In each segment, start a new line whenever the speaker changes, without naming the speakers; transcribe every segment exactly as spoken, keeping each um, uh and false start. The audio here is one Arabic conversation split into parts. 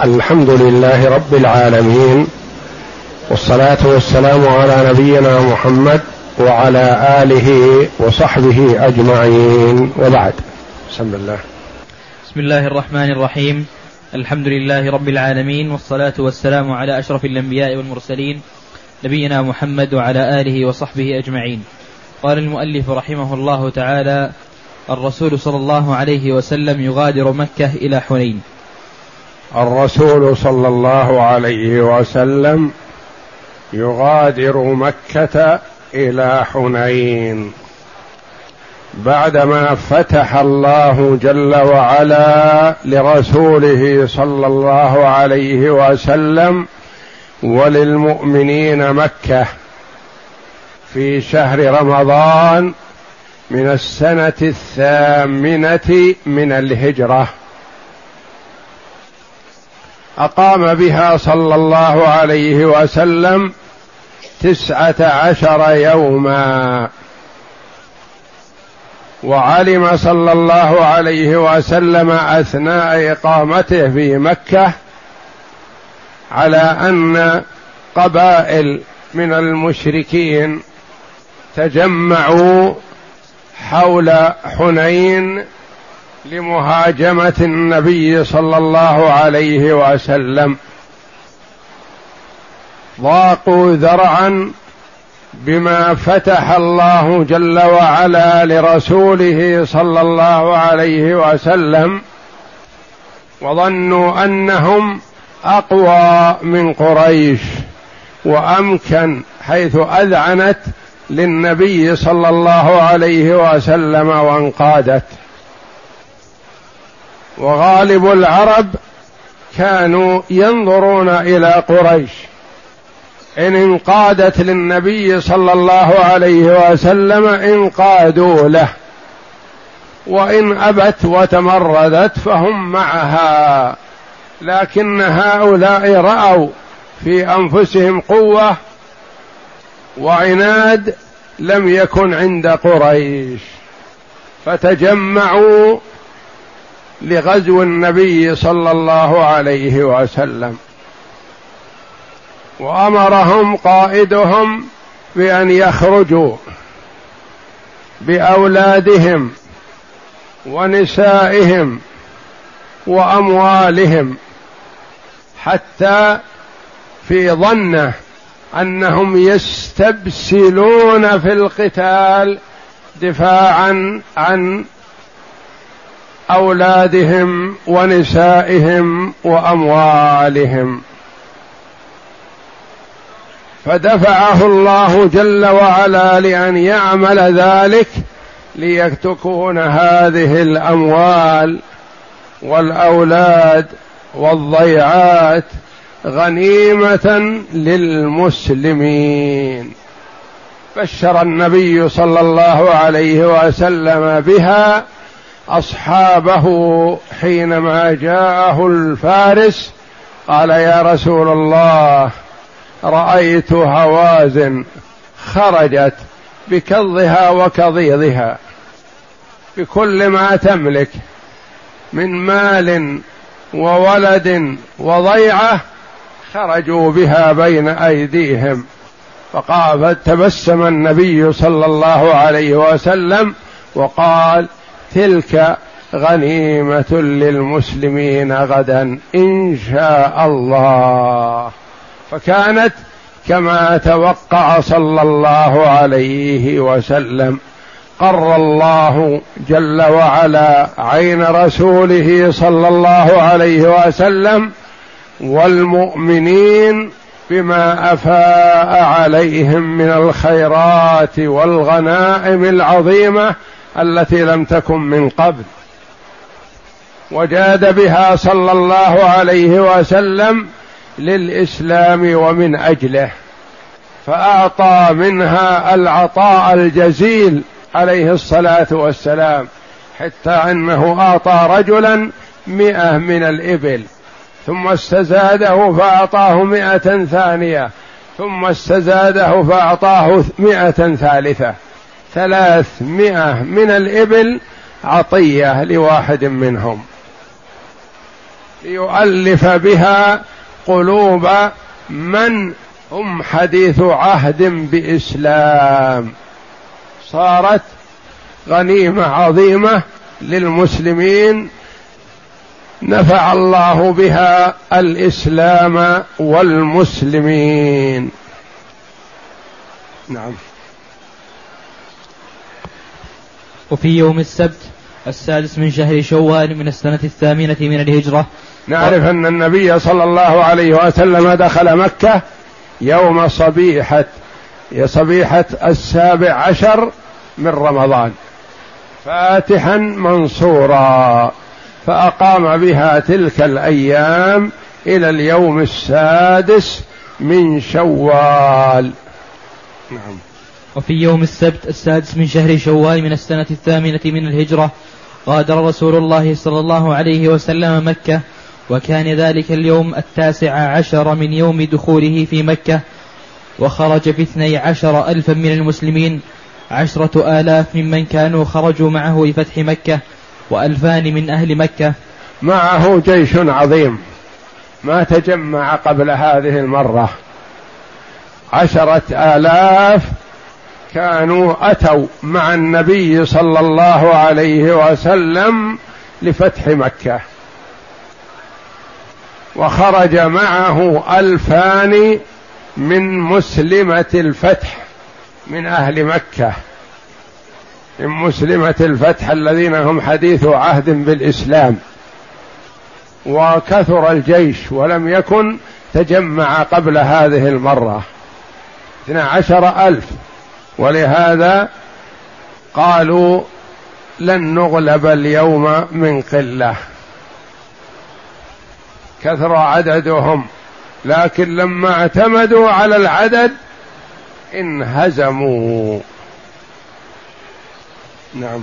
الحمد لله رب العالمين، والصلاة والسلام على نبينا محمد وعلى آله وصحبه أجمعين، وبعد. بسم الله
بسم الله الرحمن الرحيم. الحمد لله رب العالمين، والصلاة والسلام على أشرف الأنبياء والمرسلين نبينا محمد وعلى آله وصحبه أجمعين. قال المؤلف رحمه الله تعالى: الرسول صلى الله عليه وسلم يغادر مكة إلى حنين.
الرسول صلى الله عليه وسلم يغادر مكة إلى حنين بعدما فتح الله جل وعلا لرسوله صلى الله عليه وسلم وللمؤمنين مكة في شهر رمضان من السنة الثامنة من الهجرة. أقام بها صلى الله عليه وسلم تسعة عشر يوما، وعلم صلى الله عليه وسلم أثناء إقامته في مكة على أن قبائل من المشركين تجمعوا حول حنين لمهاجمة النبي صلى الله عليه وسلم، ضاقوا ذرعا بما فتح الله جل وعلا لرسوله صلى الله عليه وسلم، وظنوا أنهم أقوى من قريش وأمكن، حيث أذعنت للنبي صلى الله عليه وسلم وانقادت. وغالب العرب كانوا ينظرون إلى قريش، إن انقادت للنبي صلى الله عليه وسلم انقادوا له، وإن أبت وتمردت فهم معها، لكن هؤلاء رأوا في أنفسهم قوة وعناد لم يكن عند قريش، فتجمعوا لغزو النبي صلى الله عليه وسلم، وأمرهم قائدهم بأن يخرجوا بأولادهم ونسائهم وأموالهم، حتى في ظنه أنهم يستبسلون في القتال دفاعا عن أولادهم ونسائهم وأموالهم. فدفعه الله جل وعلا لأن يعمل ذلك ليتكون هذه الأموال والأولاد والضيعات غنيمة للمسلمين. بشر النبي صلى الله عليه وسلم بها أصحابه حينما جاءه الفارس، قال: يا رسول الله، رأيت هوازن خرجت بكظها وكظيظها بكل ما تملك من مال وولد وضيعة، خرجوا بها بين أيديهم. فقال فتبسم النبي صلى الله عليه وسلم وقال: تلك غنيمة للمسلمين غدا إن شاء الله. فكانت كما توقع صلى الله عليه وسلم، قر الله جل وعلا عين رسوله صلى الله عليه وسلم والمؤمنين بما أفاء عليهم من الخيرات والغنائم العظيمة التي لم تكن من قبل، وجاد بها صلى الله عليه وسلم للإسلام ومن أجله، فأعطى منها العطاء الجزيل عليه الصلاة والسلام، حتى أنه أعطى رجلا مئة من الإبل، ثم استزاده فأعطاه مئة ثانية، ثم استزاده فأعطاه مئة ثالثة، ثلاثمائة من الإبل عطية لواحد منهم. ليؤلف بها قلوب من هم حديث عهد بإسلام، صارت غنيمة عظيمة للمسلمين نفع الله بها الإسلام والمسلمين. نعم.
وفي يوم السبت السادس من شهر شوال من السنة الثامنة من الهجرة،
نعرف أن النبي صلى الله عليه وسلم دخل مكة يوم صبيحة صبيحة السابع عشر من رمضان فاتحا منصورا، فأقام بها تلك الأيام إلى اليوم السادس من شوال. نعم.
وفي يوم السبت السادس من شهر شوال من السنة الثامنة من الهجرة غادر رسول الله صلى الله عليه وسلم مكة، وكان ذلك اليوم التاسع عشر من يوم دخوله في مكة، وخرج باثني عشر ألفا من المسلمين، عشرة آلاف ممن كانوا خرجوا معه لفتح مكة، وألفان من أهل مكة.
معه جيش عظيم ما تجمع قبل هذه المرة، عشرة آلاف كانوا أتوا مع النبي صلى الله عليه وسلم لفتح مكة، وخرج معه ألفان من مسلمة الفتح من أهل مكة، من مسلمة الفتح الذين هم حديث عهد بالإسلام، وكثر الجيش ولم يكن تجمع قبل هذه المرة اثنا عشر ألف، ولهذا قالوا لن نغلب اليوم من قلة، كثر عددهم، لكن لما اعتمدوا على العدد انهزموا. نعم.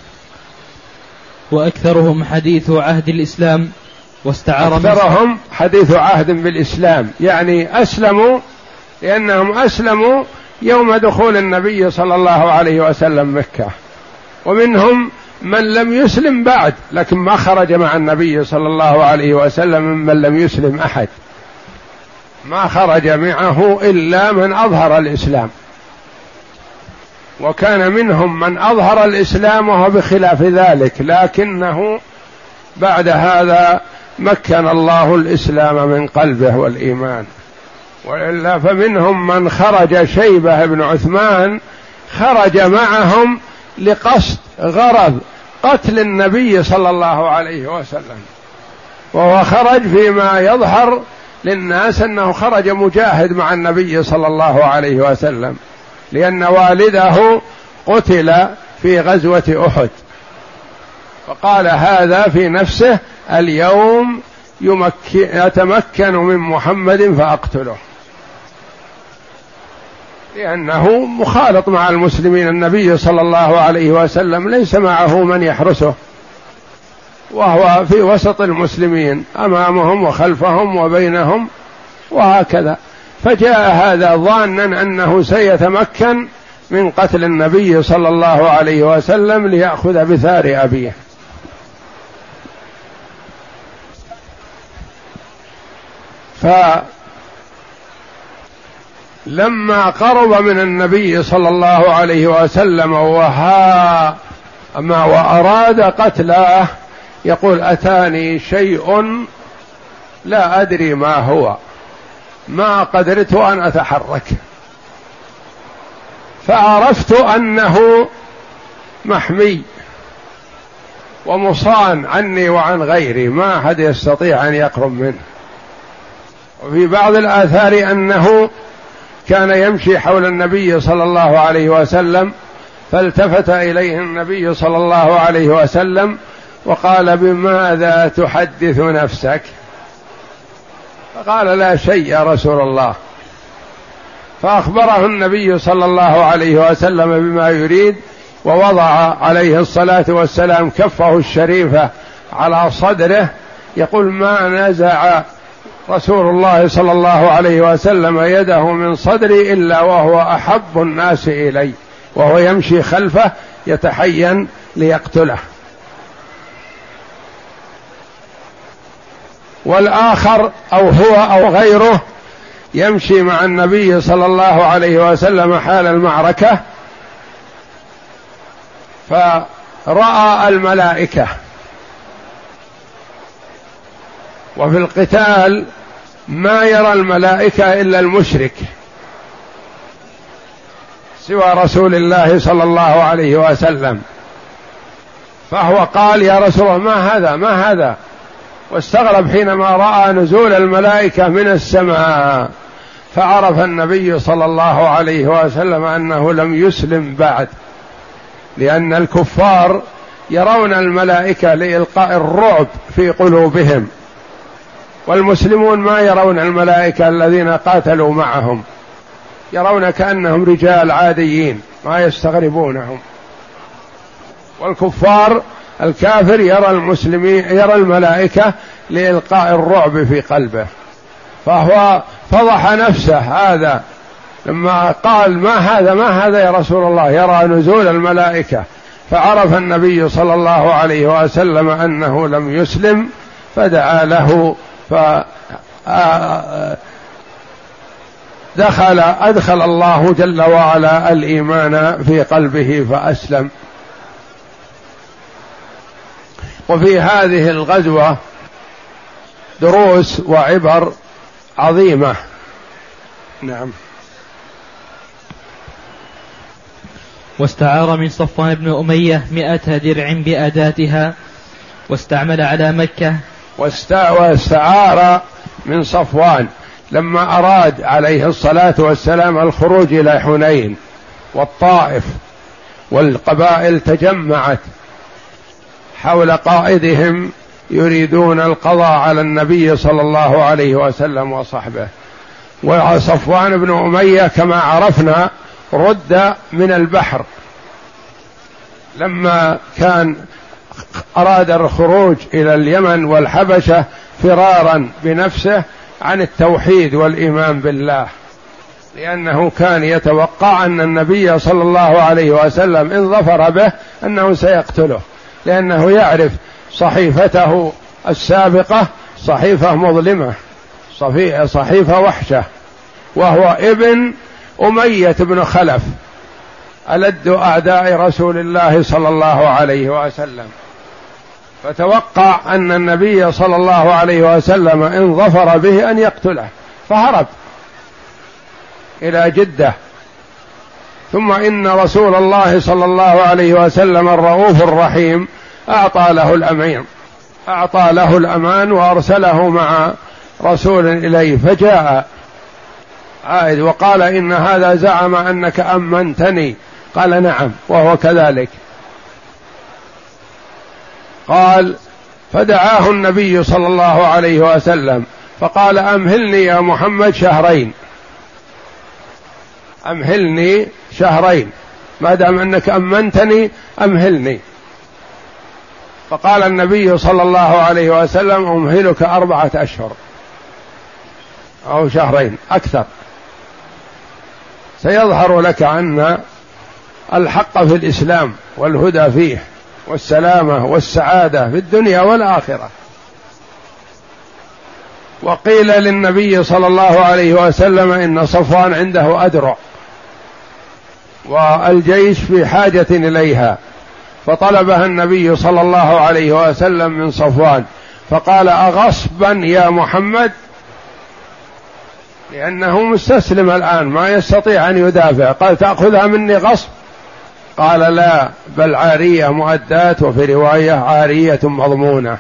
وأكثرهم حديث عهد الإسلام، واستعار
أكثرهم حديث عهد بالإسلام، يعني أسلموا لأنهم أسلموا يوم دخول النبي صلى الله عليه وسلم مكة، ومنهم من لم يسلم بعد لكن ما خرج مع النبي صلى الله عليه وسلم ممن لم يسلم أحد، ما خرج معه إلا من أظهر الإسلام، وكان منهم من أظهر الإسلام وهو بخلاف ذلك، لكنه بعد هذا مكن الله الإسلام من قلبه والإيمان. وإلا فمنهم من خرج، شيبة بن عثمان خرج معهم لقصد غرض قتل النبي صلى الله عليه وسلم، وهو خرج فيما يظهر للناس أنه خرج مجاهد مع النبي صلى الله عليه وسلم، لأن والده قتل في غزوة أحد، فقال هذا في نفسه اليوم يتمكن من محمد فأقتله، لأنه مخالط مع المسلمين، النبي صلى الله عليه وسلم ليس معه من يحرسه، وهو في وسط المسلمين أمامهم وخلفهم وبينهم وهكذا، فجاء هذا ظانا أنه سيتمكن من قتل النبي صلى الله عليه وسلم ليأخذ بثار أبيه. فلما قرب من النبي صلى الله عليه وسلم وها ما وأراد قتله يقول أتاني شيء لا أدري ما هو، ما قدرت أن أتحرك، فعرفت أنه محمي ومصان عني وعن غيري، ما أحد يستطيع أن يقرب منه. وفي بعض الآثار أنه كان يمشي حول النبي صلى الله عليه وسلم، فالتفت إليه النبي صلى الله عليه وسلم وقال بماذا تحدث نفسك؟ فقال لا شيء يا رسول الله، فأخبره النبي صلى الله عليه وسلم بما يريد، ووضع عليه الصلاة والسلام كفه الشريفة على صدره، يقول ما نزع رسول الله صلى الله عليه وسلم يده من صدري إلا وهو أحب الناس إلي، وهو يمشي خلفه يتحين ليقتله. والآخر أو هو أو غيره يمشي مع النبي صلى الله عليه وسلم حال المعركة فرأى الملائكة. وفي القتال ما يرى الملائكة إلا المشرك سوى رسول الله صلى الله عليه وسلم، فهو قال يا رسول الله ما هذا ما هذا، واستغرب حينما رأى نزول الملائكة من السماء، فعرف النبي صلى الله عليه وسلم أنه لم يسلم بعد، لأن الكفار يرون الملائكة لإلقاء الرعب في قلوبهم، والمسلمون ما يرون الملائكة الذين قاتلوا معهم، يرون كأنهم رجال عاديين ما يستغربونهم. والكفار الكافر يرى المسلمين يرى الملائكة لإلقاء الرعب في قلبه، فهو فضح نفسه هذا لما قال ما هذا ما هذا يا رسول الله، يرى نزول الملائكة، فعرف النبي صلى الله عليه وسلم أنه لم يسلم فدعا له، فدخل أدخل الله جل وعلا الإيمان في قلبه فأسلم. وفي هذه الغزوة دروس وعبر عظيمة. نعم.
واستعار من صفوان بن أمية مئة درع بأداتها واستعمل على مكة.
واستعار من صفوان لما أراد عليه الصلاة والسلام الخروج إلى حنين والطائف والقبائل تجمعت حول قائدهم يريدون القضاء على النبي صلى الله عليه وسلم وصحبه. وصفوان بن أمية كما عرفنا رد من البحر لما كان أراد الخروج إلى اليمن والحبشة فرارا بنفسه عن التوحيد والإيمان بالله، لأنه كان يتوقع أن النبي صلى الله عليه وسلم إن ظفر به أنه سيقتله، لأنه يعرف صحيفته السابقة صحيفة مظلمة صحيفة وحشة، وهو ابن أمية بن خلف ألد أعداء رسول الله صلى الله عليه وسلم، فتوقع أن النبي صلى الله عليه وسلم إن ظفر به أن يقتله، فهرب إلى جدة. ثم إن رسول الله صلى الله عليه وسلم الرؤوف الرحيم أعطى له الأمين أعطى له الأمان وأرسله مع رسول إليه، فجاء عائد وقال إن هذا زعم أنك أمنتني، قال نعم وهو كذلك. قال فدعاه النبي صلى الله عليه وسلم فقال أمهلني يا محمد شهرين، أمهلني شهرين ما دام أنك أمنتني أمهلني. فقال النبي صلى الله عليه وسلم أمهلك أربعة أشهر أو شهرين أكثر، سيظهر لك أن الحق في الإسلام والهدى فيه والسلامة والسعادة في الدنيا والآخرة. وقيل للنبي صلى الله عليه وسلم إن صفوان عنده أدرع والجيش في حاجة إليها، فطلبها النبي صلى الله عليه وسلم من صفوان، فقال أغصبا يا محمد، لأنه مستسلم الآن ما يستطيع أن يدافع، قال تأخذها مني غصب؟ قال لا، بل عارية مؤداة، وفي رواية عارية مضمونة،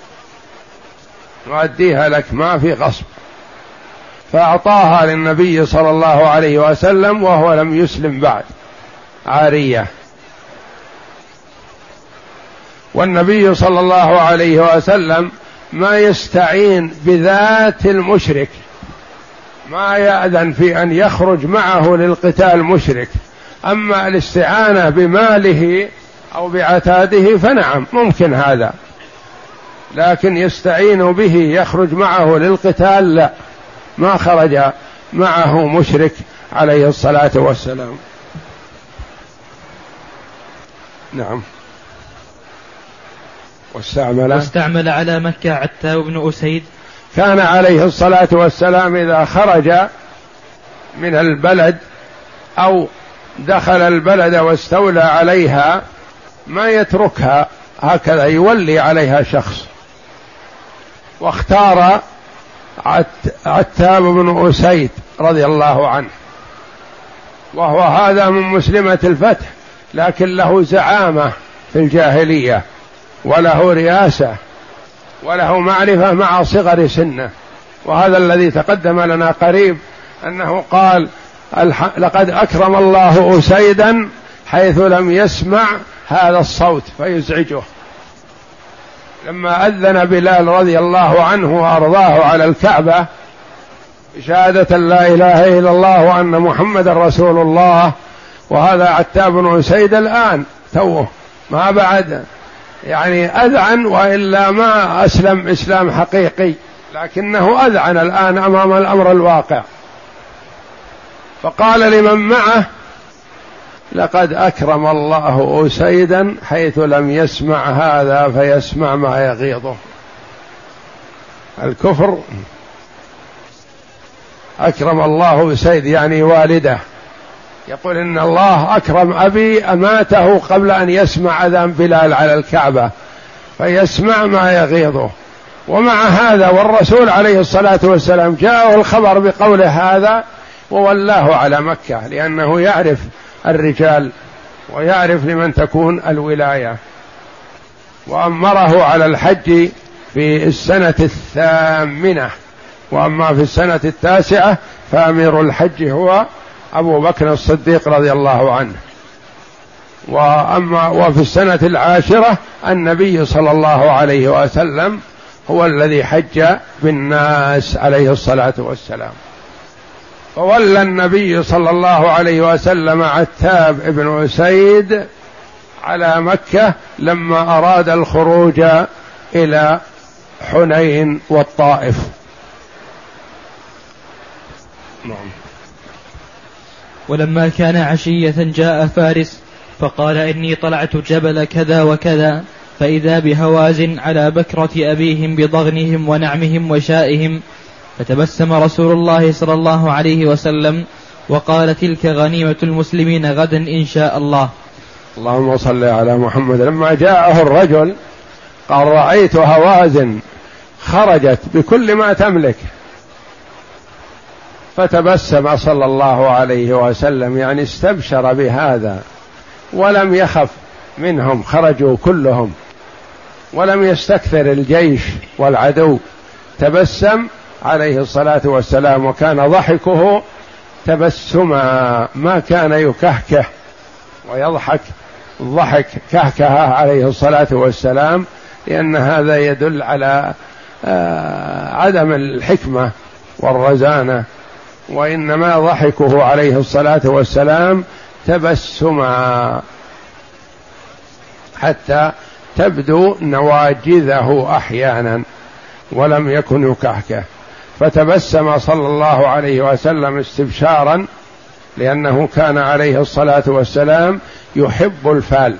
نؤديها لك ما في غصب. فأعطاها للنبي صلى الله عليه وسلم وهو لم يسلم بعد، عارية. والنبي صلى الله عليه وسلم ما يستعين بذات المشرك، ما يأذن في أن يخرج معه للقتال مشرك. أما الاستعانة بماله أو بعتاده فنعم ممكن هذا، لكن يستعين به يخرج معه للقتال لا، ما خرج معه مشرك عليه الصلاة والسلام. نعم. واستعمل
واستعمل على مكة عتاب بن أسيد
كان عليه الصلاة والسلام إذا خرج من البلد أو دخل البلد واستولى عليها ما يتركها هكذا، يولي عليها شخص، واختار عتاب بن أسيد رضي الله عنه، وهو هذا من مسلمة الفتح، لكن له زعامة في الجاهلية وله رياسة وله معرفة مع صغر سنه، وهذا الذي تقدم لنا قريب أنه قال لقد أكرم الله أسيدا حيث لم يسمع هذا الصوت فيزعجه. لما أذن بلال رضي الله عنه وأرضاه على الكعبة بشهادة لا إله إلا الله وأن محمد رسول الله، وهذا عتاب بن أسيد الآن توه ما بعد يعني أذعن، وإلا ما أسلم إسلام حقيقي، لكنه أذعن الآن أمام الأمر الواقع، فقال لمن معه لقد أكرم الله أسيدا حيث لم يسمع هذا فيسمع ما يغيظه. الكفر أكرم الله أسيد يعني والده، يقول إن الله أكرم أبي أماته قبل أن يسمع أذان بلال على الكعبة فيسمع ما يغيظه. ومع هذا والرسول عليه الصلاة والسلام جاءه الخبر بقوله هذا وولاه على مكة، لأنه يعرف الرجال ويعرف لمن تكون الولاية، وأمره على الحج في السنة الثامنة، وأما في السنة التاسعة فأمير الحج هو أبو بكر الصديق رضي الله عنه، وأما وفي السنة العاشرة النبي صلى الله عليه وسلم هو الذي حج بالناس عليه الصلاة والسلام. فولى النبي صلى الله عليه وسلم عتاب بن أسيد على مكة لما أراد الخروج إلى حنين والطائف. نعم.
ولما كان عشية جاء فارس فقال إني طلعت جبل كذا وكذا فإذا بهوازن على بكرة أبيهم بضغنهم ونعمهم وشائهم، فتبسم رسول الله صلى الله عليه وسلم وقال تلك غنيمة المسلمين غدا إن شاء الله.
اللهم صل على محمد. لما جاءه الرجل قال رأيت هوازن خرجت بكل ما تملك، فتبسم صلى الله عليه وسلم يعني استبشر بهذا ولم يخف منهم، خرجوا كلهم ولم يستكثر الجيش والعدو، تبسم عليه الصلاة والسلام، وكان ضحكه تبسما ما كان يكهكه ويضحك ضحك كهكه عليه الصلاة والسلام، لأن هذا يدل على عدم الحكمة والرزانة، وإنما ضحكه عليه الصلاة والسلام تبسما حتى تبدو نواجذه أحيانا ولم يكن يكهكه، فتبسم صلى الله عليه وسلم استبشارا، لأنه كان عليه الصلاة والسلام يحب الفال،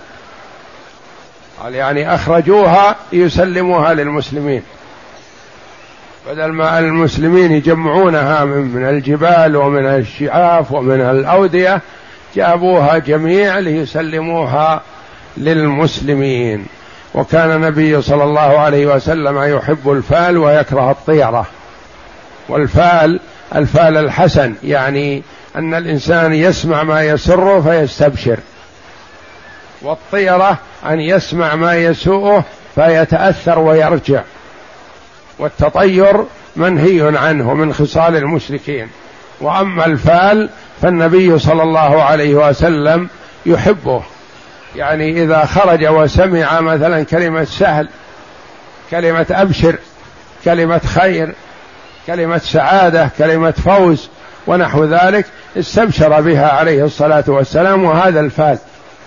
يعني أخرجوها يسلموها للمسلمين، بدل ما المسلمين يجمعونها من الجبال ومن الشعاف ومن الأودية جابوها جميع ليسلموها للمسلمين. وكان النبي صلى الله عليه وسلم يحب الفال ويكره الطيرة. والفال الفال الحسن، يعني أن الإنسان يسمع ما يسره فيستبشر، والطيرة أن يسمع ما يسوءه فيتأثر ويرجع، والتطير منهي عنه من خصال المشركين. وأما الفال فالنبي صلى الله عليه وسلم يحبه، يعني إذا خرج وسمع مثلا كلمة سهل، كلمة أبشر، كلمة خير، كلمة سعادة، كلمة فوز ونحو ذلك استبشر بها عليه الصلاة والسلام، وهذا الفال.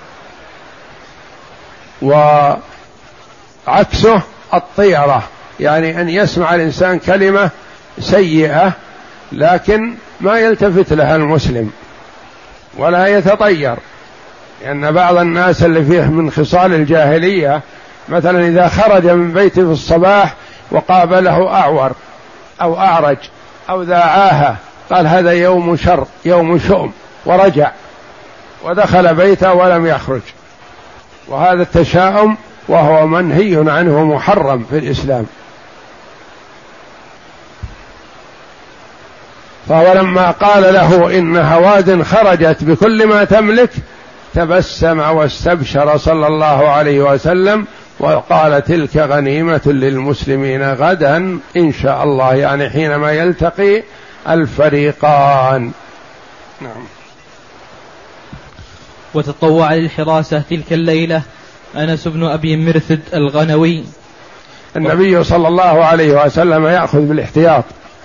وعكسه الطيرة، يعني أن يسمع الإنسان كلمة سيئة لكن ما يلتفت لها المسلم ولا يتطير، لأن بعض الناس اللي فيه من خصال الجاهلية مثلا إذا خرج من بيته في الصباح وقابله أعور أو أعرج أو ذا عاهة قال هذا يوم شر يوم شؤم ورجع ودخل بيته ولم يخرج، وهذا التشاؤم وهو منهي عنه محرم في الإسلام. فهو لما قال له إن هواد خرجت بكل ما تملك تبسم واستبشر صلى الله عليه وسلم وقال تلك غنيمة للمسلمين غدا إن شاء الله، يعني حينما يلتقي الفريقان. نعم.
وتطوع للحراسة تلك الليلة أنس بن أبي مرثد الغنوي.
النبي صلى الله عليه وسلم يأخذ بالاحتياط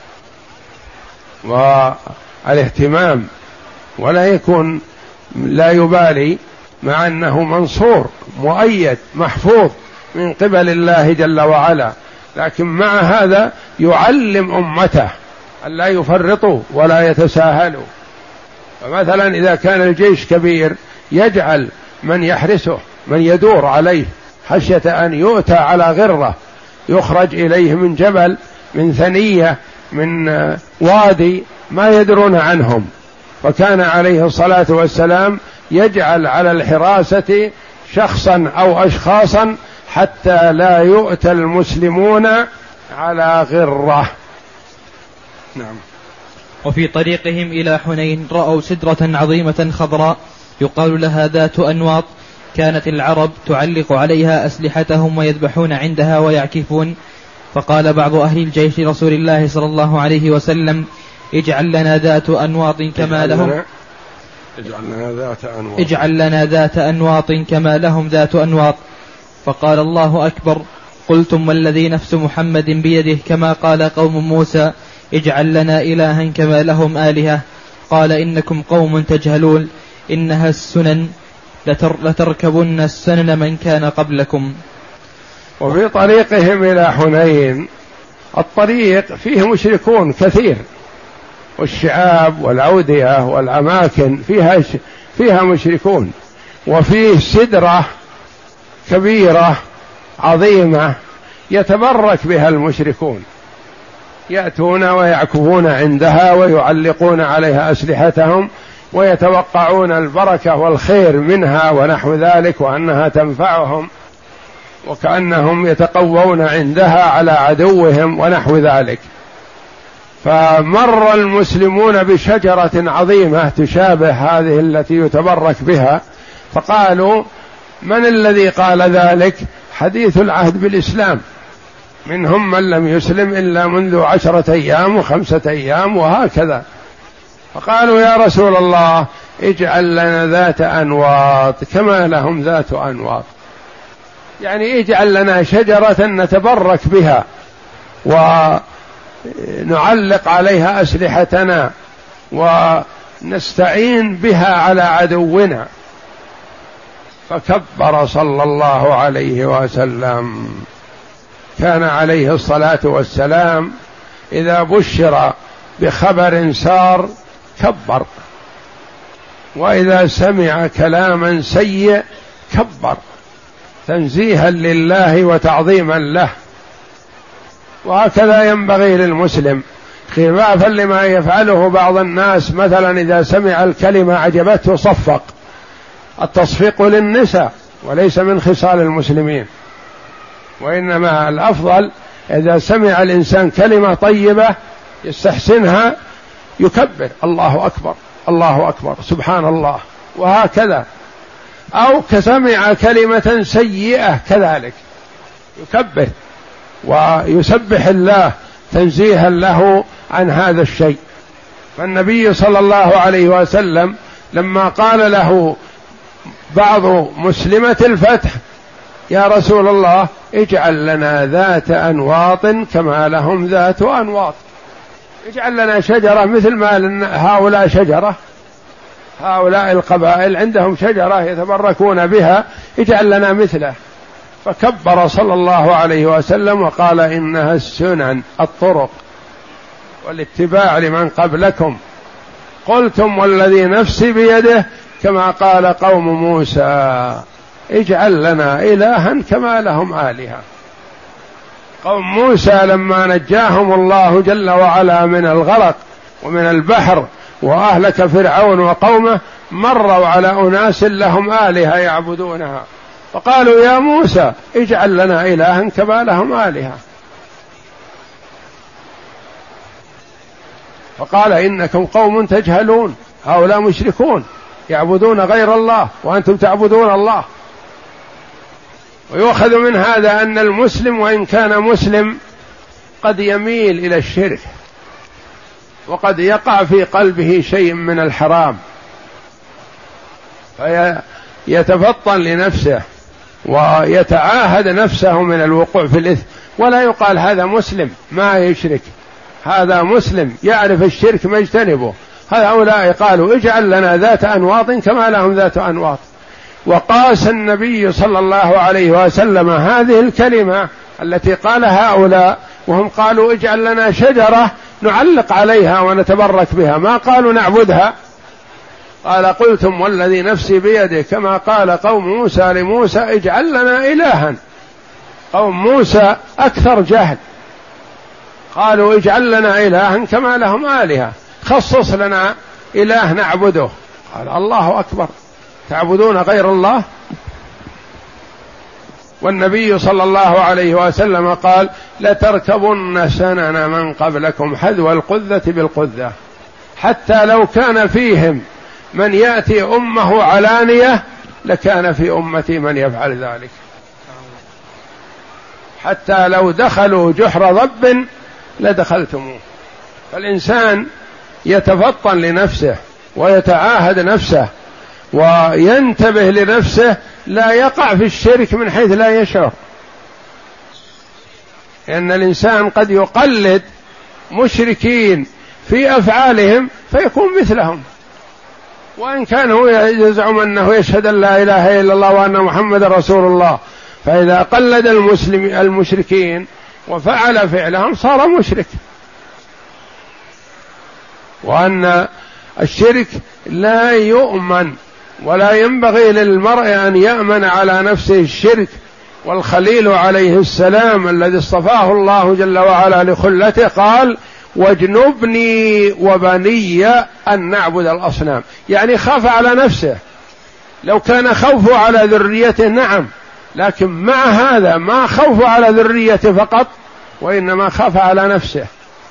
والاهتمام، ولا يكون لا يبالي، مع أنه منصور مؤيد محفوظ من قبل الله جل وعلا، لكن مع هذا يعلم أمته أن لا يفرطوا ولا يتساهلوا. فمثلا إذا كان الجيش كبير يجعل من يحرسه من يدور عليه خشية أن يؤتى على غرة، يخرج إليه من جبل من ثنية من وادي ما يدرون عنهم، فكان عليه الصلاة والسلام يجعل على الحراسة شخصا أو أشخاصا حتى لا يؤتى المسلمون على غرة. نعم.
وفي طريقهم إلى حنين رأوا سدرة عظيمة خضراء يقال لها ذات أنواط، كانت العرب تعلق عليها أسلحتهم ويذبحون عندها ويعكفون، فقال بعض أهل الجيش لرسول الله صلى الله عليه وسلم اجعل لنا ذات أنواط كما لهم
اجعل لنا ذات أنواط
اجعل لنا ذات أنواط كما لهم ذات أنواط. فقال الله أكبر، قلتم والذي نفس محمد بيده كما قال قوم موسى اجعل لنا إلها كما لهم آلهة. قال إنكم قوم تجهلون، إنها السنن لتر لتركبن السنن من كان قبلكم.
وفي طريقهم إلى حنين الطريق فيه مشركون كثير، والشعاب والأودية والأماكن فيها فيها مشركون، وفيه سدرة كبيرة عظيمة يتبرك بها المشركون، يأتون ويعكفون عندها ويعلقون عليها أسلحتهم ويتوقعون البركة والخير منها ونحو ذلك، وأنها تنفعهم، وكأنهم يتقوون عندها على عدوهم ونحو ذلك. فمر المسلمون بشجرة عظيمة تشابه هذه التي يتبرك بها، فقالوا من الذي قال ذلك؟ حديث العهد بالإسلام، منهم من لم يسلم إلا منذ عشرة أيام وخمسة أيام وهكذا. فقالوا يا رسول الله اجعل لنا ذات أنواط كما لهم ذات أنواط، يعني اجعل لنا شجرة نتبرك بها ونعلق عليها أسلحتنا ونستعين بها على عدونا. فكبر صلى الله عليه وسلم. كان عليه الصلاة والسلام إذا بشر بخبر سار كبر، وإذا سمع كلاما سيء كبر تنزيها لله وتعظيما له. وهكذا ينبغي للمسلم، خلافا لما يفعله بعض الناس، مثلا إذا سمع الكلمة عجبته صفق. التصفيق للنساء وليس من خصال المسلمين، وإنما الأفضل إذا سمع الإنسان كلمة طيبة يستحسنها يكبر الله أكبر الله أكبر سبحان الله، وهكذا. أو كسمع كلمة سيئة كذلك يكبر ويسبح الله تنزيها له عن هذا الشيء. فالنبي صلى الله عليه وسلم لما قال له بعض مسلمة الفتح يا رسول الله اجعل لنا ذات أنواط كما لهم ذات أنواط، اجعل لنا شجرة مثل ما هؤلاء شجرة، هؤلاء القبائل عندهم شجرة يتبركون بها، اجعل لنا مثله. فكبر صلى الله عليه وسلم وقال إنها السنن الطرق والاتباع لمن قبلكم، قلتم والذي نفسي بيده كما قال قوم موسى اجعل لنا إلها كما لهم آلهة. قوم موسى لما نجاهم الله جل وعلا من الغرق ومن البحر وأهلك فرعون وقومه مروا على أناس لهم آلهة يعبدونها فقالوا يا موسى اجعل لنا إلها كما لهم آلهة، فقال إنكم قوم تجهلون، هؤلاء مشركون يعبدون غير الله وأنتم تعبدون الله. ويؤخذ من هذا أن المسلم وإن كان مسلم قد يميل إلى الشرك وقد يقع في قلبه شيء من الحرام فيتفطن لنفسه ويتعاهد نفسه من الوقوع في الإثم، ولا يقال هذا مسلم ما يشرك، هذا مسلم يعرف الشرك ما يجتنبه. هؤلاء قالوا اجعل لنا ذات أنواط كما لهم ذات أنواط. وقاس النبي صلى الله عليه وسلم هذه الكلمة التي قالها هؤلاء وهم قالوا اجعل لنا شجرة نعلق عليها ونتبرك بها، ما قالوا نعبدها. قال قلتم والذي نفسي بيده كما قال قوم موسى لموسى اجعل لنا إلها. قوم موسى أكثر جهل، قالوا اجعل لنا إلها كما لهم آلهة، خصص لنا إله نعبده. قال الله أكبر، تعبدون غير الله؟ والنبي صلى الله عليه وسلم قال لتركبن سنن من قبلكم حذو القذة بالقذة، حتى لو كان فيهم من يأتي أمه علانية لكان في أمتي من يفعل ذلك، حتى لو دخلوا جحر ضب لدخلتموه. فالإنسان يتفطن لنفسه ويتعاهد نفسه وينتبه لنفسه لا يقع في الشرك من حيث لا يشعر، لأن الإنسان قد يقلد مشركين في أفعالهم فيكون مثلهم، وإن كان هو يزعم أنه يشهد أن لا إله إلا الله وأن محمد رسول الله، فإذا قلد المسلم المشركين وفعل فعلهم صار مشرك. وأن الشرك لا يؤمن ولا ينبغي للمرء أن يأمن على نفسه الشرك. والخليل عليه السلام الذي اصطفاه الله جل وعلا لخلته قال واجنبني وبني أن نعبد الأصنام، يعني خاف على نفسه. لو كان خوفه على ذريته نعم، لكن مع هذا ما خوف على ذريته فقط، وإنما خاف على نفسه.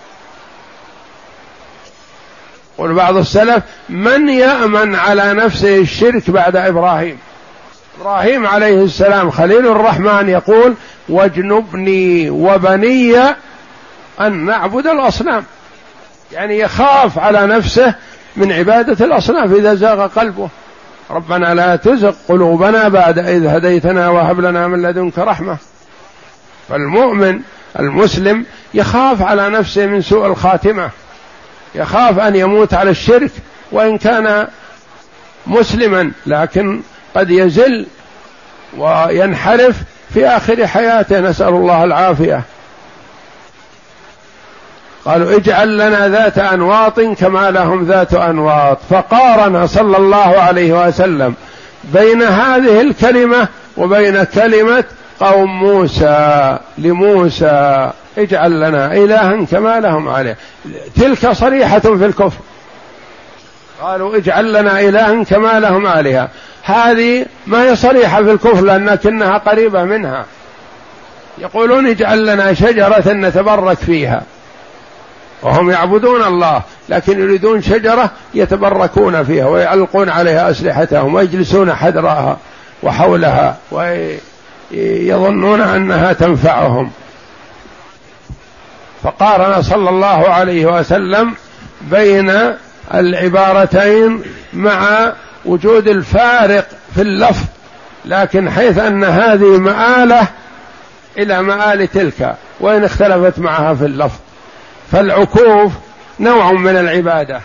قل بعض السلف من يأمن على نفسه الشرك بعد إبراهيم؟ إبراهيم عليه السلام خليل الرحمن يقول واجنبني وبني أن نعبد الأصنام، يعني يخاف على نفسه من عبادة الأصنام إذا زاغ قلبه. ربنا لا تزغ قلوبنا بعد إذ هديتنا وهب لنا من لدنك رحمة. فالمؤمن المسلم يخاف على نفسه من سوء الخاتمة، يخاف أن يموت على الشرك وإن كان مسلما، لكن قد يزل وينحرف في آخر حياته، نسأل الله العافية. قالوا اجعل لنا ذات أنواط كما لهم ذات أنواط، فقارن صلى الله عليه وسلم بين هذه الكلمة وبين كلمة قوم موسى لموسى اجعل لنا إلها كما لهم عليه. تلك صريحة في الكفر، قالوا اجعل لنا إلها كما لهم آلهة، هذه ما هي صريحة في الكفر لأنها قريبة منها. يقولون اجعل لنا شجرة نتبرك فيها، وهم يعبدون الله لكن يريدون شجرة يتبركون فيها ويعلقون عليها أسلحتهم ويجلسون حذرها وحولها ويظنون أنها تنفعهم. فقارن صلى الله عليه وسلم بين العبارتين مع وجود الفارق في اللفظ، لكن حيث أن هذه مآلة إلى مآل تلك وإن اختلفت معها في اللفظ. فالعكوف نوع من العبادة،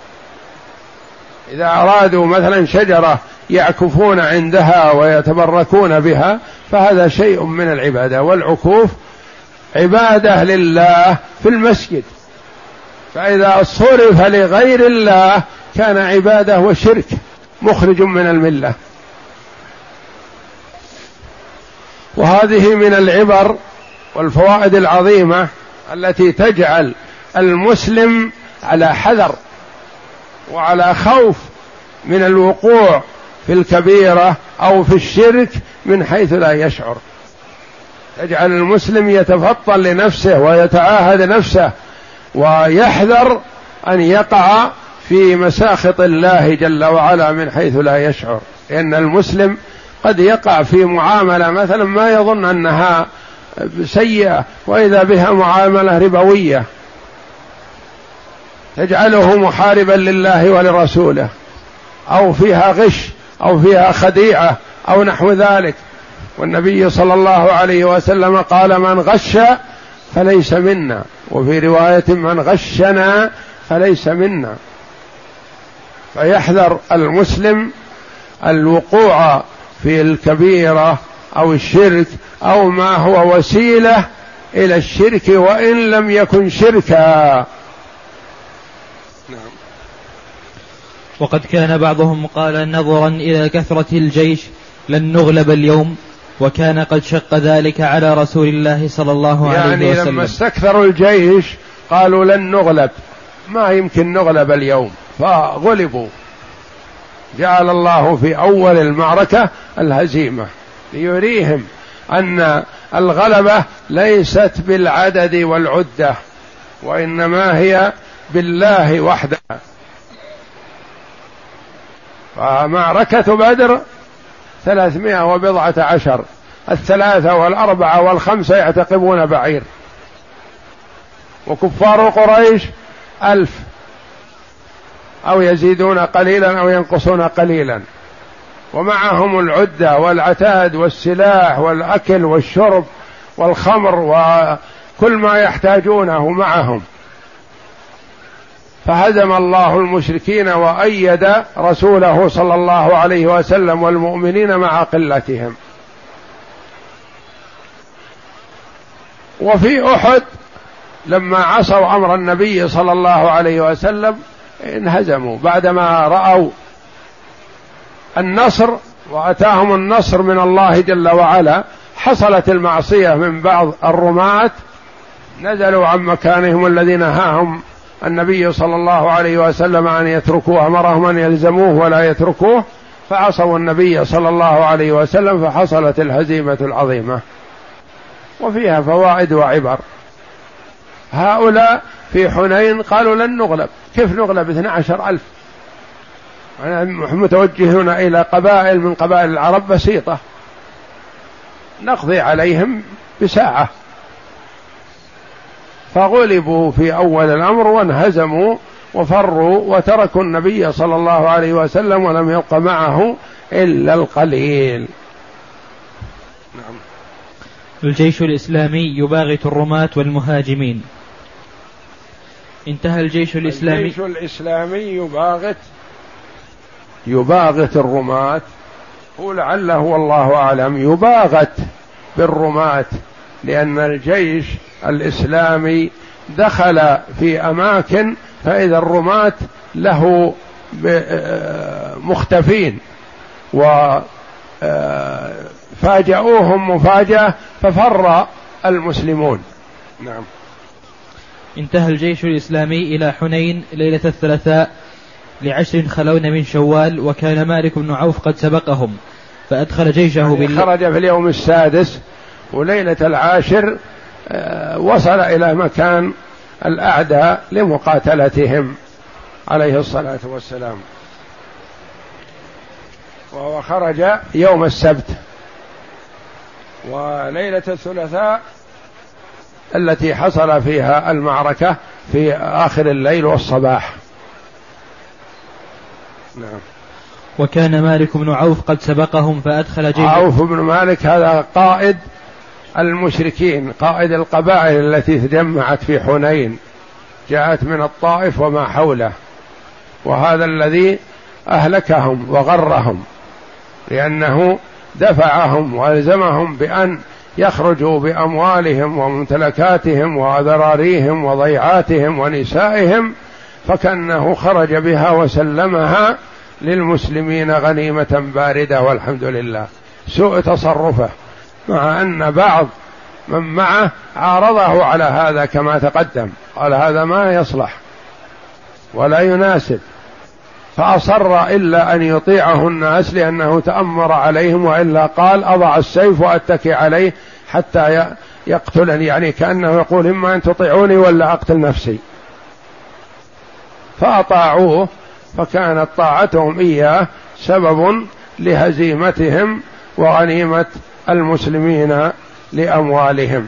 إذا أرادوا مثلا شجرة يعكفون عندها ويتبركون بها فهذا شيء من العبادة. والعكوف عبادة لله في المسجد، فإذا صرف لغير الله كان عبادة وشرك مخرج من الملة. وهذه من العبر والفوائد العظيمة التي تجعل المسلم على حذر وعلى خوف من الوقوع في الكبيرة أو في الشرك من حيث لا يشعر، تجعل المسلم يتفطن لنفسه ويتعاهد نفسه ويحذر أن يقع في مساخط الله جل وعلا من حيث لا يشعر، لأن المسلم قد يقع في معاملة مثلا ما يظن أنها سيئة وإذا بها معاملة ربوية تجعله محاربا لله ولرسوله، أو فيها غش أو فيها خديعة أو نحو ذلك. والنبي صلى الله عليه وسلم قال: من غش فليس منا، وفي رواية: من غشنا فليس منا. فيحذر المسلم الوقوع في الكبيرة أو الشرك أو ما هو وسيلة إلى الشرك وإن لم يكن شركا. نعم.
وقد كان بعضهم قال نظرا إلى كثرة الجيش لن نغلب اليوم، وكان قد شق ذلك على رسول الله صلى الله عليه
يعني
وسلم.
يعني لما استكثروا الجيش قالوا لن نغلب، ما يمكن نغلب اليوم، فغلبوا. جعل الله في أول المعركة الهزيمة ليريهم أن الغلبة ليست بالعدد والعدة، وإنما هي بالله وحده. فمعركة بدر ثلاثمائة وبضعة عشر، الثلاثة والأربعة والخمسة يعتقبون بعير، وكفار قريش ألف أو يزيدون قليلا أو ينقصون قليلا، ومعهم العدة والعتاد والسلاح والأكل والشرب والخمر وكل ما يحتاجونه معهم. فهزم الله المشركين وأيد رسوله صلى الله عليه وسلم والمؤمنين مع قلتهم. وفي أحد لما عصوا أمر النبي صلى الله عليه وسلم انهزموا بعدما رأوا النصر وأتاهم النصر من الله جل وعلا. حصلت المعصية من بعض الرماة، نزلوا عن مكانهم الذي نهاهم النبي صلى الله عليه وسلم أن يتركوه، أمرهم أن يلزموه ولا يتركوه، فعصوا النبي صلى الله عليه وسلم، فحصلت الهزيمة العظيمة. وفيها فوائد وعبر. هؤلاء في حنين قالوا لن نغلب، كيف نغلب اثني عشر ألف؟ متوجهون إلى قبائل من قبائل العرب بسيطة نقضي عليهم بساعة، فغلبوا في أول الأمر وانهزموا وفروا وتركوا النبي صلى الله عليه وسلم ولم يبق معه إلا القليل.
نعم. الجيش الإسلامي يباغت الرماة والمهاجمين. انتهى الجيش الإسلامي
الجيش الإسلامي يباغت يباغت الرماة، ولعله والله أعلم يباغت بالرماة، لأن الجيش الإسلامي دخل في أماكن فإذا الرماة له مختفين وفاجأوهم مفاجأة ففر المسلمون. نعم.
انتهى الجيش الإسلامي إلى حنين ليلة الثلاثاء لعشر خلون من شوال، وكان مالك بن عوف قد سبقهم فأدخل جيشه
يعني
بالليل.
خرج في اليوم السادس وليلة العاشر وصل إلى مكان الأعداء لمقاتلتهم عليه الصلاة والسلام، وهو خرج يوم السبت. وليلة الثلاثاء التي حصل فيها المعركة في آخر الليل والصباح. نعم.
وكان مالك بن عوف قد سبقهم فأدخل جيشه.
عوف بن مالك هذا قائد المشركين، قائد القبائل التي تجمعت في حنين، جاءت من الطائف وما حوله، وهذا الذي أهلكهم وغرهم، لأنه دفعهم والزمهم بأن يخرجوا بأموالهم وممتلكاتهم وذراريهم وضيعاتهم ونسائهم، فكأنه خرج بها وسلمها للمسلمين غنيمة باردة والحمد لله. سوء تصرفه، مع أن بعض من معه عارضه على هذا كما تقدم، قال هذا ما يصلح ولا يناسب، فأصر إلا أن يطيعه الناس لأنه تأمر عليهم، وإلا قال أضع السيف وأتكي عليه حتى يقتلني، يعني كأنه يقول إما أن تطيعوني ولا أقتل نفسي. فأطاعوه، فكانت طاعتهم إياه سبب لهزيمتهم وغنيمة المسلمين لأموالهم.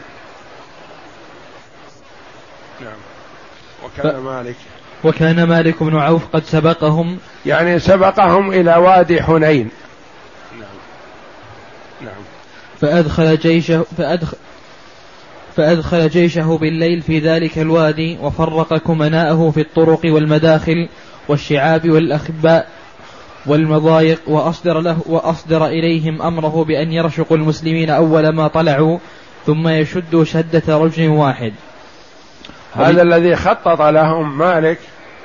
نعم. وكان مالك
وكان مالك بن عوف قد سبقهم،
يعني سبقهم إلى وادي حنين. نعم. نعم.
فأدخل جيشه فأدخل فأدخل جيشه بالليل في ذلك الوادي، وفرق كمناءه في الطرق والمداخل والشعاب والأخباء والمضايق، وأصدر, له وأصدر إليهم أمره بأن يرشقوا المسلمين أول ما طلعوا، ثم يشدوا شدة رجل واحد.
هذا الذي خطط لهم مالك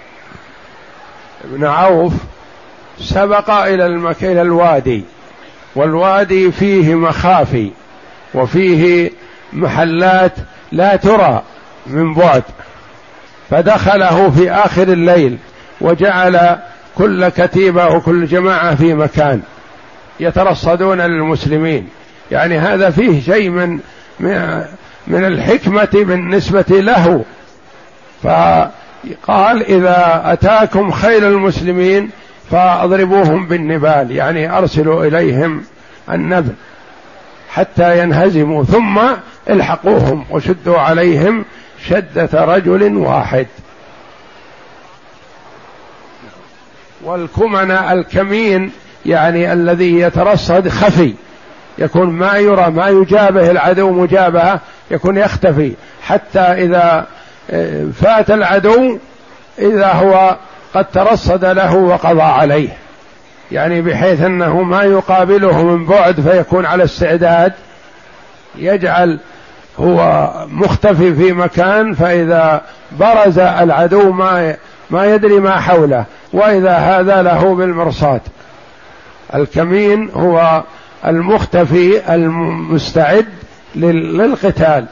بن عوف، سبق إلى المكان الوادي، والوادي فيه مخافي وفيه محلات لا ترى من بعد، فدخله في آخر الليل وجعل كل كتيبة وكل جماعة في مكان يترصدون للمسلمين. يعني هذا فيه شيء من من الحكمة بالنسبة له. فقال إذا أتاكم خيل المسلمين فاضربوهم بالنبال، يعني أرسلوا إليهم النبل حتى ينهزموا، ثم الحقوهم وشدوا عليهم شدة رجل واحد. والكمن الكمين يعني الذي يترصد خفي، يكون ما يرى، ما يجابه العدو مجابهة، يكون يختفي حتى إذا فات العدو إذا هو قد ترصد له وقضى عليه، يعني بحيث أنه ما يقابله من بعد فيكون على استعداد، يجعل هو مختفي في مكان، فإذا برز العدو ما ما يدري ما حوله، وإذا هذا له بالمرصاد. الكمين هو المختفي المستعد للقتال.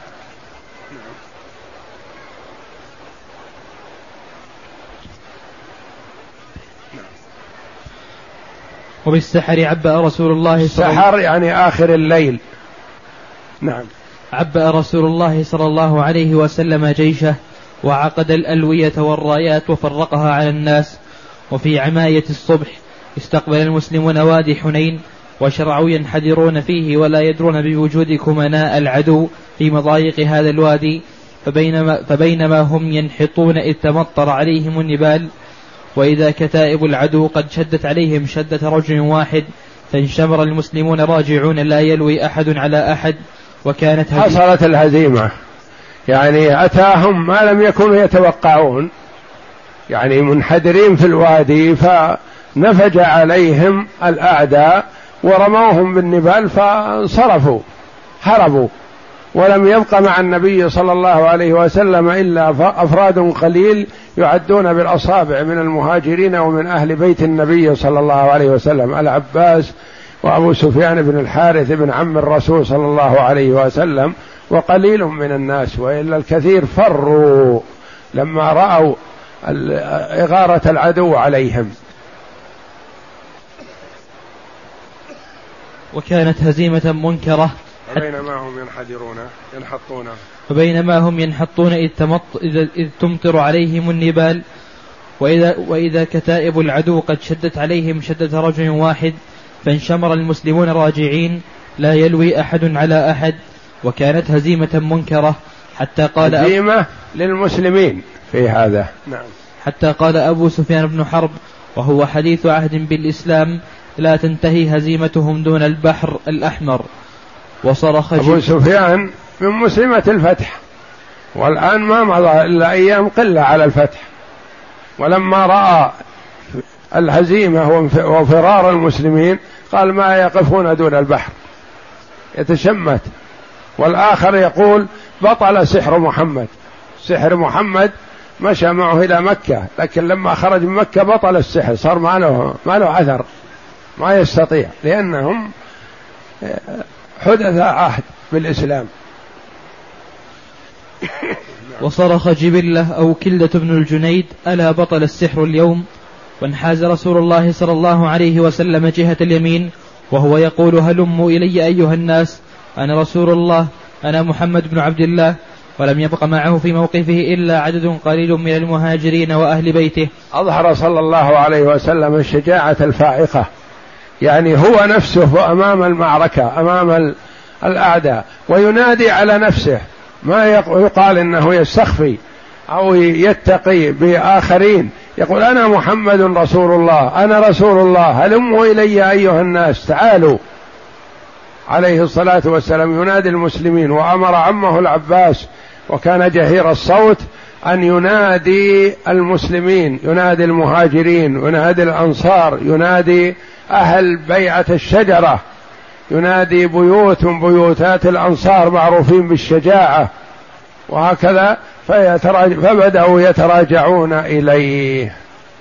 وبالسحر عبأ رسول الله صلى الله
السحر يعني آخر الليل. نعم.
عبأ رسول الله صلى الله عليه وسلم جيشه، وعقد الألوية والرايات وفرقها على الناس. وفي عماية الصبح استقبل المسلمون وادي حنين، وشرعوا ينحدرون فيه ولا يدرون بوجود كمناء العدو في مضايق هذا الوادي. فبينما, فبينما هم ينحطون إذ تمطر عليهم النبال، وإذا كتائب العدو قد شدت عليهم شدة رجل واحد، فانشمر المسلمون راجعون لا يلوي أحد على أحد. وكانت
حصلت الهزيمة، يعني أتاهم ما لم يكونوا يتوقعون، يعني منحدرين في الوادي، فنفج عليهم الأعداء ورموهم بالنبال فانصرفوا هربوا، ولم يبق مع النبي صلى الله عليه وسلم إلا أفراد قليل يعدون بالأصابع من المهاجرين ومن أهل بيت النبي صلى الله عليه وسلم، العباس وأبو سفيان بن الحارث بن عم الرسول صلى الله عليه وسلم، وقليل من الناس، وإلا الكثير فروا لما رأوا إغارة العدو عليهم.
وكانت هزيمة منكرة.
فبينما هم ينحدرون ينحطون
فبينما هم ينحطون إذ, تمط إذ, إذ تمطر عليهم النبال، وإذا, وإذا كتائب العدو قد شدت عليهم شدة رجل واحد، فانشمر المسلمون راجعين لا يلوي أحد على أحد. وكانت هزيمة منكرة حتى قال
هزيمة للمسلمين في هذا. نعم.
حتى قال أبو سفيان بن حرب وهو حديث عهد بالإسلام: لا تنتهي هزيمتهم دون البحر الأحمر. وصرخ
أبو سفيان من مسلمة الفتح، والآن ما مضى إلا أيام قلة على الفتح، ولما رأى الهزيمة وفرار المسلمين قال ما يقفون دون البحر، يتشمت. والآخر يقول بطل سحر محمد، سحر محمد مشى معه إلى مكة، لكن لما خرج من مكة بطل السحر، صار ما له ما له أثر، ما يستطيع، لأنهم حدث عهد بالإسلام.
وصرخ جبلة أو كلدة بن الجنيد: ألا بطل السحر اليوم؟ وانحاز رسول الله صلى الله عليه وسلم جهة اليمين وهو يقول: هلموا إلي أيها الناس، أنا رسول الله، أنا محمد بن عبد الله. ولم يبق معه في موقفه إلا عدد قليل من المهاجرين وأهل بيته.
أظهر صلى الله عليه وسلم الشجاعة الفائقة، يعني هو نفسه أمام المعركة أمام الأعداء وينادي على نفسه، ما يقال إنه يستخفي أو يتقي بآخرين، يقول: أنا محمد رسول الله، أنا رسول الله، هلموا إلي أيها الناس، تعالوا. عليه الصلاة والسلام ينادي المسلمين، وأمر عمه العباس وكان جهير الصوت أن ينادي المسلمين، ينادي المهاجرين، ينادي الأنصار، ينادي أهل بيعة الشجرة، ينادي بيوت من بيوتات الأنصار معروفين بالشجاعة، وهكذا فبدأوا يتراجعون إليه.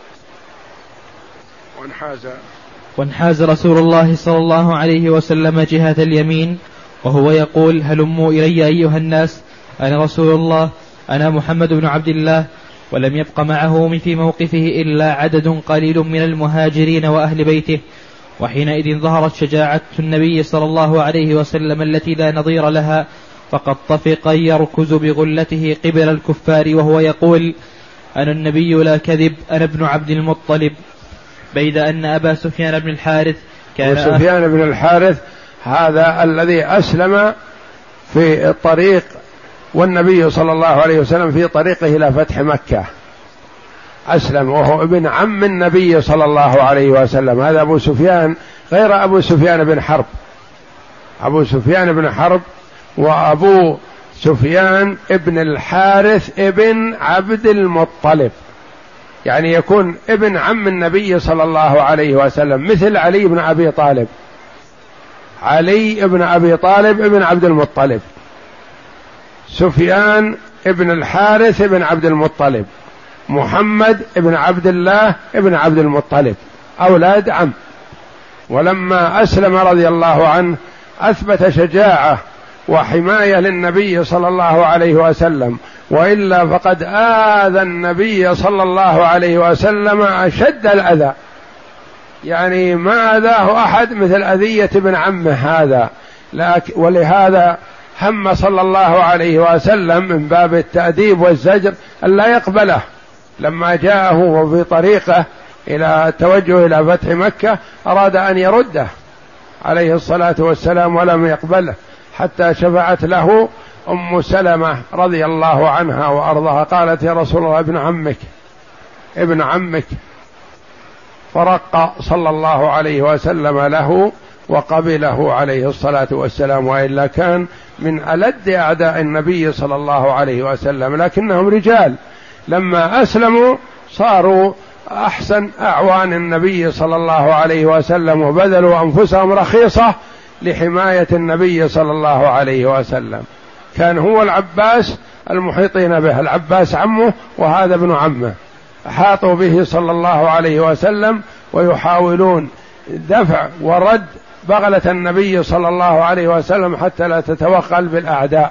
وانحاز
وانحاز رسول الله صلى الله عليه وسلم جهة اليمين وهو يقول: هلموا إلي أيها الناس، أنا رسول الله، أنا محمد بن عبد الله. ولم يبق معه في موقفه إلا عدد قليل من المهاجرين وأهل بيته. وحينئذ ظهرت شجاعة النبي صلى الله عليه وسلم التي لا نظير لها، فقد طفق يركز بغلته قبل الكفار وهو يقول: أنا النبي لا كذب، أنا ابن عبد المطلب. بيد أن أبا سفيان بن الحارث كان
سفيان بن الحارث هذا الذي أسلم في الطريق، والنبي صلى الله عليه وسلم في طريقه إلى فتح مكة أسلم، وهو ابن عم النبي صلى الله عليه وسلم. هذا أبو سفيان غير أبو سفيان بن حرب. أبو سفيان بن حرب وأبو سفيان ابن الحارث ابن عبد المطلب، يعني يكون ابن عم النبي صلى الله عليه وسلم، مثل علي بن أبي طالب. علي بن أبي طالب ابن عبد المطلب، سفيان ابن الحارث ابن عبد المطلب، محمد ابن عبد الله ابن عبد المطلب، أولاد عم. ولما أسلم رضي الله عنه أثبت شجاعة وحماية للنبي صلى الله عليه وسلم، وإلا فقد آذى النبي صلى الله عليه وسلم أشد الأذى، يعني ما أذاه أحد مثل أذية ابن عمه هذا. لكن ولهذا هم صلى الله عليه وسلم من باب التأديب والزجر أن لا يقبله، لما جاءه وفي طريقه إلى التوجه إلى فتح مكة أراد أن يرده عليه الصلاة والسلام ولم يقبله، حتى شفعت له أم سلمة رضي الله عنها وأرضها، قالت: يا رسول الله ابن عمك ابن عمك، فرق صلى الله عليه وسلم له وقبله عليه الصلاة والسلام، وإلا كان من ألد أعداء النبي صلى الله عليه وسلم، لكنهم رجال لما أسلموا صاروا أحسن أعوان النبي صلى الله عليه وسلم، وبذلوا أنفسهم رخيصة لحماية النبي صلى الله عليه وسلم. كان هو العباس المحيطين به، العباس عمه وهذا ابن عمه، أحاطوا به صلى الله عليه وسلم ويحاولون دفع ورد بغلة النبي صلى الله عليه وسلم حتى لا تتوغل بالأعداء.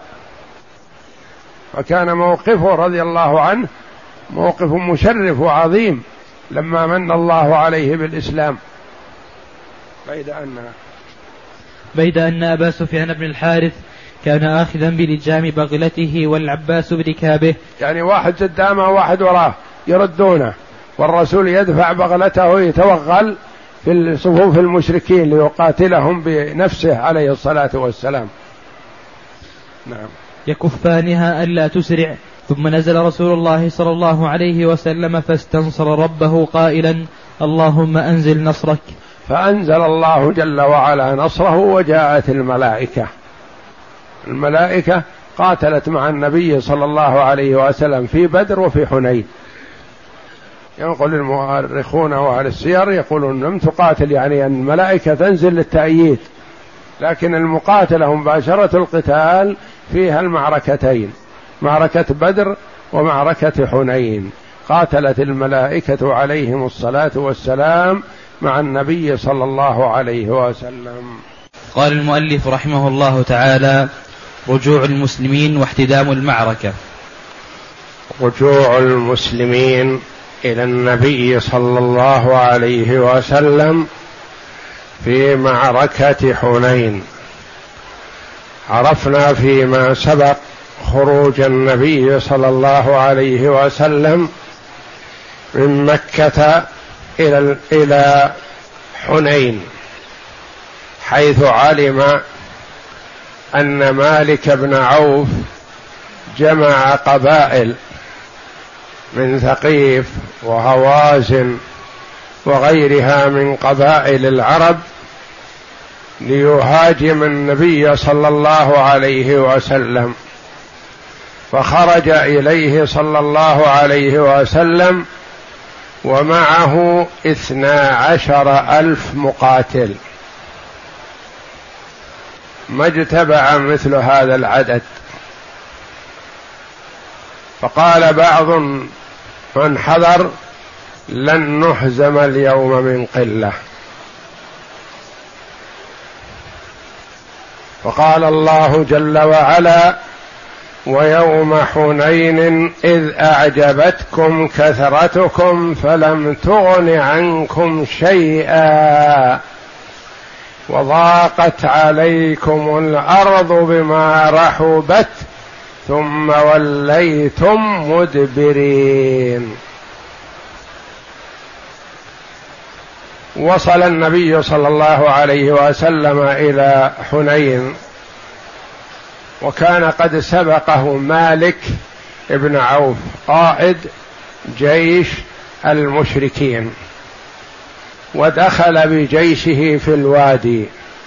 فكان موقفه رضي الله عنه موقف مشرف وعظيم لما من الله عليه بالإسلام. بيد أن
بيد أن أبا سفيان بن الحارث كان آخذا بلجام بغلته والعباس بركابه،
يعني واحد قدامه واحد وراه يردونه، والرسول يدفع بغلته يتوغل في صفوف المشركين ليقاتلهم بنفسه عليه الصلاة والسلام. نعم.
يكفانها ألا تسرع. ثم نزل رسول الله صلى الله عليه وسلم فاستنصر ربه قائلا: اللهم أنزل نصرك.
فأنزل الله جل وعلا نصره، وجاءت الملائكة. الملائكة قاتلت مع النبي صلى الله عليه وسلم في بدر وفي حنين. ينقل المؤرخون وأهل السير يقولون لم تقاتل، يعني أن الملائكة تنزل للتأييد، لكن المقاتلة مباشرة القتال فيها المعركتين، معركة بدر ومعركة حنين. قاتلت الملائكة عليهم الصلاة والسلام مع النبي صلى الله عليه وسلم.
قال المؤلف رحمه الله تعالى: رجوع المسلمين واحتدام المعركة.
رجوع المسلمين إلى النبي صلى الله عليه وسلم في معركة حنين. عرفنا فيما سبق خروج النبي صلى الله عليه وسلم من مكة إلى إلى حنين، حيث علم أن مالك بن عوف جمع قبائل من ثقيف وهوازن وغيرها من قبائل العرب ليهاجم النبي صلى الله عليه وسلم، فخرج إليه صلى الله عليه وسلم ومعه اثنا عشر ألف مقاتل، ما اجتمع مثل هذا العدد. فقال بعض من حضر: لن نهزم اليوم من قلة. وقال الله جل وعلا: ويوم حنين إذ أعجبتكم كثرتكم فلم تغن عنكم شيئا وضاقت عليكم الأرض بما رحبت ثم وليتم مدبرين. وصل النبي صلى الله عليه وسلم إلى حنين، وكان قد سبقه مالك ابن عوف قائد جيش المشركين، ودخل بجيشه في الوادي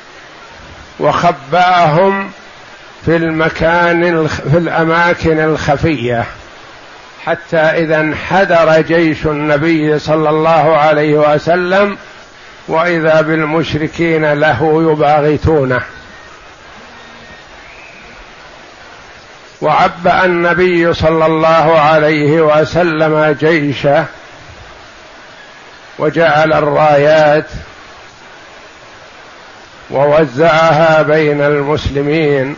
وخبأهم في المكان في الأماكن الخفية، حتى إذا انحدر جيش النبي صلى الله عليه وسلم وإذا بالمشركين له يباغتونه. وعبأ النبي صلى الله عليه وسلم جيشه وجعل الرايات ووزعها بين المسلمين،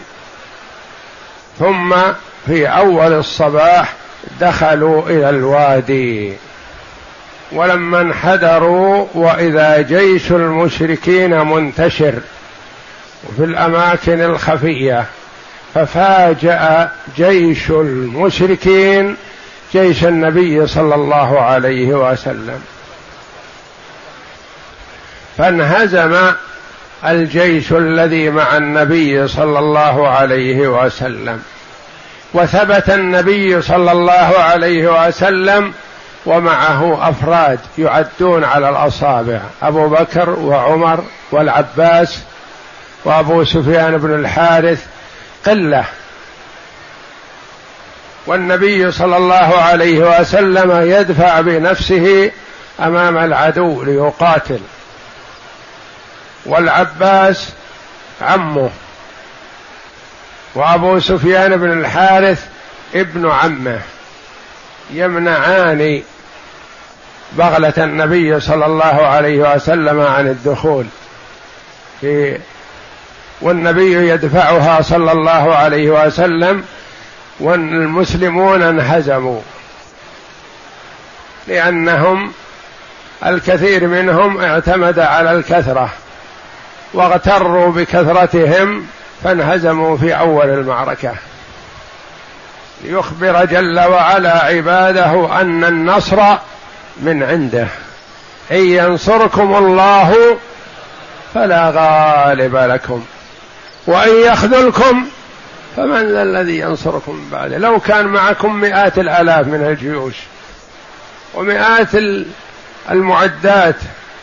ثم في أول الصباح دخلوا إلى الوادي، ولما انحدروا وإذا جيش المشركين منتشر في الأماكن الخفية، ففاجأ جيش المشركين جيش النبي صلى الله عليه وسلم، فانهزم الجيش الذي مع النبي صلى الله عليه وسلم، وثبت النبي صلى الله عليه وسلم ومعه أفراد يعدون على الأصابع: أبو بكر وعمر والعباس وأبو سفيان بن الحارث، قلة. والنبي صلى الله عليه وسلم يدفع بنفسه أمام العدو ليقاتل، والعباس عمه، وأبو سفيان بن الحارث ابن عمه، يمنعان بغلة النبي صلى الله عليه وسلم عن الدخول في، والنبي يدفعها صلى الله عليه وسلم، والمسلمون انهزموا لأنهم الكثير منهم اعتمد على الكثرة واغتروا بكثرتهم فانهزموا في أول المعركة، ليخبر جل وعلا عباده أن النصر من عنده، إن ينصركم الله فلا غالب لكم وإن يخذلكم فمن ذا الذي ينصركم من بعده. لو كان معكم مئات الآلاف من الجيوش ومئات المعدات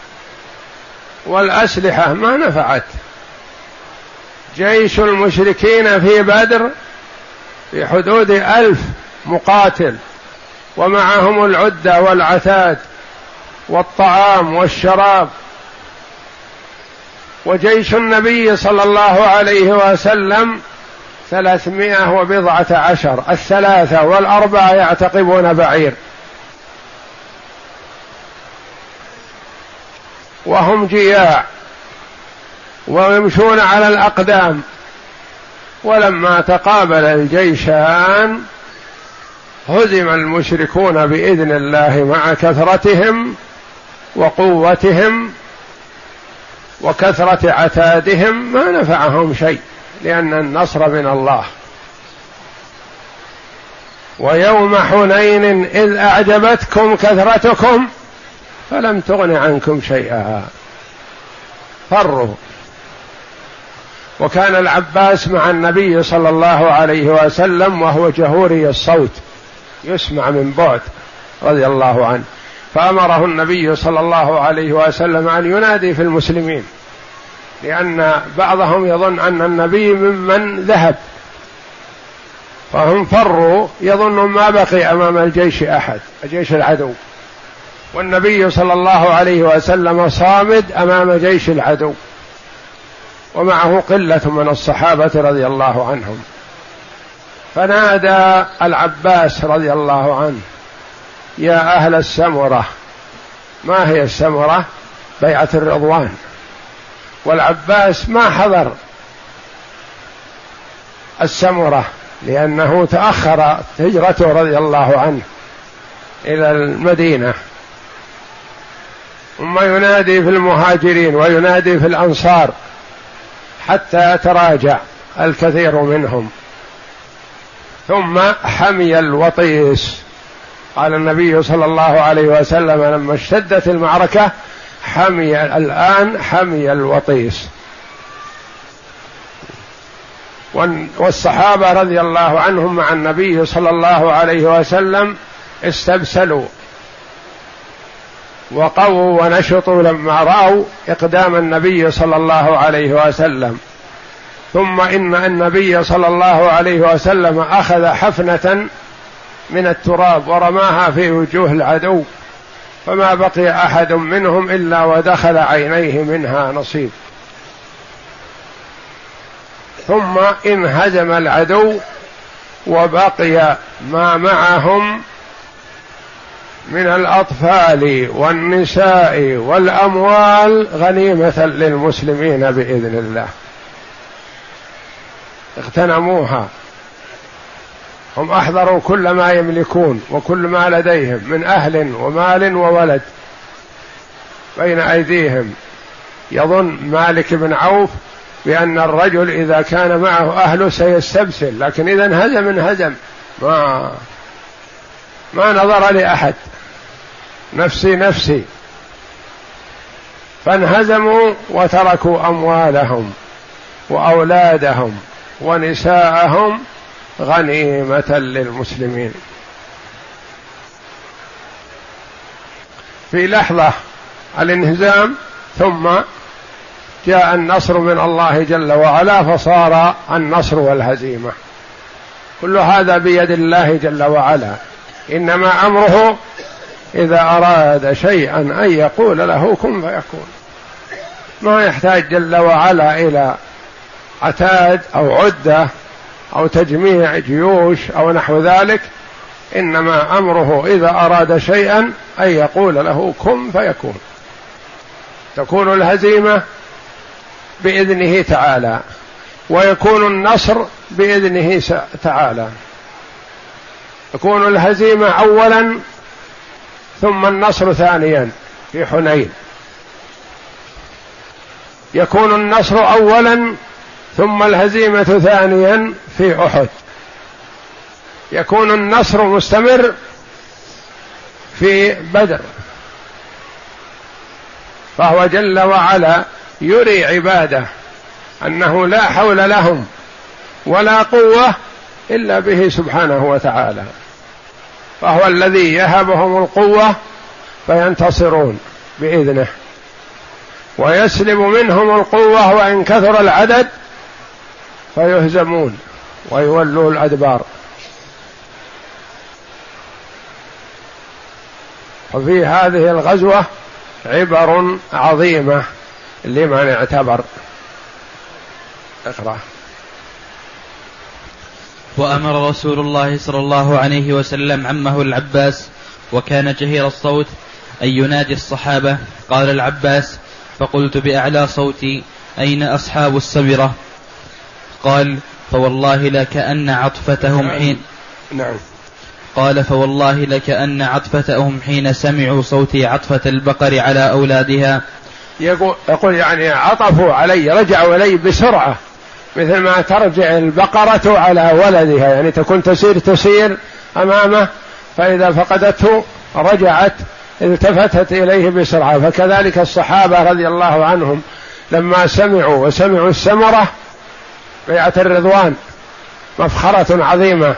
والأسلحة ما نفعت. جيش المشركين في بدر في حدود ألف مقاتل، ومعهم العدة والعتاد والطعام والشراب، وجيش النبي صلى الله عليه وسلم ثلاثمائة وبضعة عشر، الثلاثة والأربعة يعتقبون بعير، وهم جياع ويمشون على الأقدام، ولما تقابل الجيشان هزم المشركون بإذن الله مع كثرتهم وقوتهم وكثرة عتادهم، ما نفعهم شيء لأن النصر من الله. ويوم حنين إذ أعجبتكم كثرتكم فلم تغن عنكم شيئا فروا. وكان العباس مع النبي صلى الله عليه وسلم وهو جهوري الصوت يسمع من بعد رضي الله عنه، فأمره النبي صلى الله عليه وسلم أن ينادي في المسلمين، لأن بعضهم يظن أن النبي ممن ذهب، فهم فروا يظن ما بقي أمام الجيش أحد، جيش العدو، والنبي صلى الله عليه وسلم صامد أمام جيش العدو ومعه قلة من الصحابة رضي الله عنهم. فنادى العباس رضي الله عنه: يا أهل السمرة. ما هي السمرة؟ بيعة الرضوان، والعباس ما حضر السمرة لأنه تأخر هجرته رضي الله عنه إلى المدينة، ثم ينادي في المهاجرين وينادي في الأنصار حتى تراجع الكثير منهم، ثم حمي الوطيس. قال النبي صلى الله عليه وسلم لما اشتدت المعركة: حمي الآن حمي الوطيس. والصحابة رضي الله عنهم مع النبي صلى الله عليه وسلم استبسلوا وقووا ونشطوا لما رأوا إقدام النبي صلى الله عليه وسلم. ثم إن النبي صلى الله عليه وسلم أخذ حفنة من التراب ورماها في وجوه العدو، فما بقي أحد منهم إلا ودخل عينيه منها نصيب. ثم انهزم العدو وبقي ما معهم من الأطفال والنساء والأموال غنيمة للمسلمين بإذن الله، اغتنموها. هم أحضروا كل ما يملكون وكل ما لديهم من أهل ومال وولد بين أيديهم. يظن مالك بن عوف بأن الرجل إذا كان معه أهله سيستبسل، لكن إذا انهزم انهزم ما ما نظر لأحد، نفسي نفسي، فانهزموا وتركوا أموالهم وأولادهم ونساءهم غنيمة للمسلمين. في لحظة الانهزام ثم جاء النصر من الله جل وعلا، فصار النصر والهزيمة. كل هذا بيد الله جل وعلا، إنما أمره إذا أراد شيئا أن يقول له كن فيكون، ما يحتاج جل وعلا إلى عتاد أو عدة أو تجميع جيوش أو نحو ذلك، إنما أمره إذا أراد شيئا أن يقول له كن فيكون. تكون الهزيمة بإذنه تعالى، ويكون النصر بإذنه تعالى. تكون الهزيمة أولا ثم النصر ثانيا في حنين، يكون النصر أولا ثم الهزيمة ثانيا في أحد، يكون النصر مستمر في بدر. فهو جل وعلا يري عباده أنه لا حول لهم ولا قوة إلا به سبحانه وتعالى، فهو الذي يهبهم القوة فينتصرون بإذنه، ويسلب منهم القوة وإن كثر العدد فيهزمون ويولوا الأدبار. وفي هذه الغزوة عبر عظيمة لمن اعتبر. اقرأ.
وأمر رسول الله صلى الله عليه وسلم عمه العباس وكان جهير الصوت أن ينادي الصحابة. قال العباس: فقلت بأعلى صوتي: أين أصحاب السمرة؟ قال: فوالله لكأن عطفتهم حين
نعم
قال فوالله لكأن عطفتهم حين سمعوا صوتي عطفة البقر على أولادها.
يقول, يقول يعني عطفوا علي، رجعوا إلي بسرعة مثل ما ترجع البقرة على ولدها، يعني تكون تسير تسير أمامه، فإذا فقدته رجعت التفتت إليه بسرعة. فكذلك الصحابة رضي الله عنهم لما سمعوا وسمعوا السمرة بيعة الرضوان مفخرة عظيمة،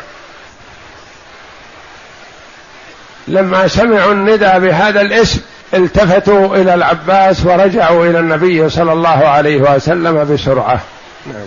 لما سمعوا الندى بهذا الاسم التفتوا إلى العباس ورجعوا إلى النبي صلى الله عليه وسلم بسرعة. نعم.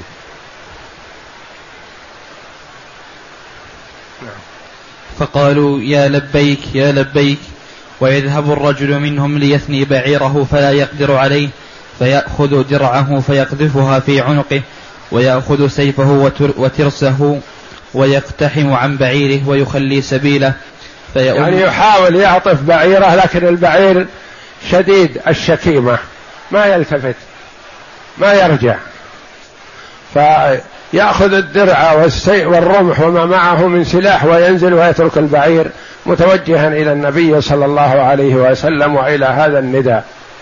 نعم. فقالوا يا لبيك يا لبيك، ويذهب الرجل منهم ليثني بعيره فلا يقدر عليه، فيأخذ درعه فيقذفها في عنقه، ويأخذ سيفه وترسه ويقتحم عن بعيره ويخلي سبيله.
يعني يحاول يعطف بعيره، لكن البعير شديد الشكيمة ما يلتفت ما يرجع، فيأخذ الدرع والرمح وما معه من سلاح وينزل ويترك البعير متوجها إلى النبي صلى الله عليه وسلم وإلى هذا الندى.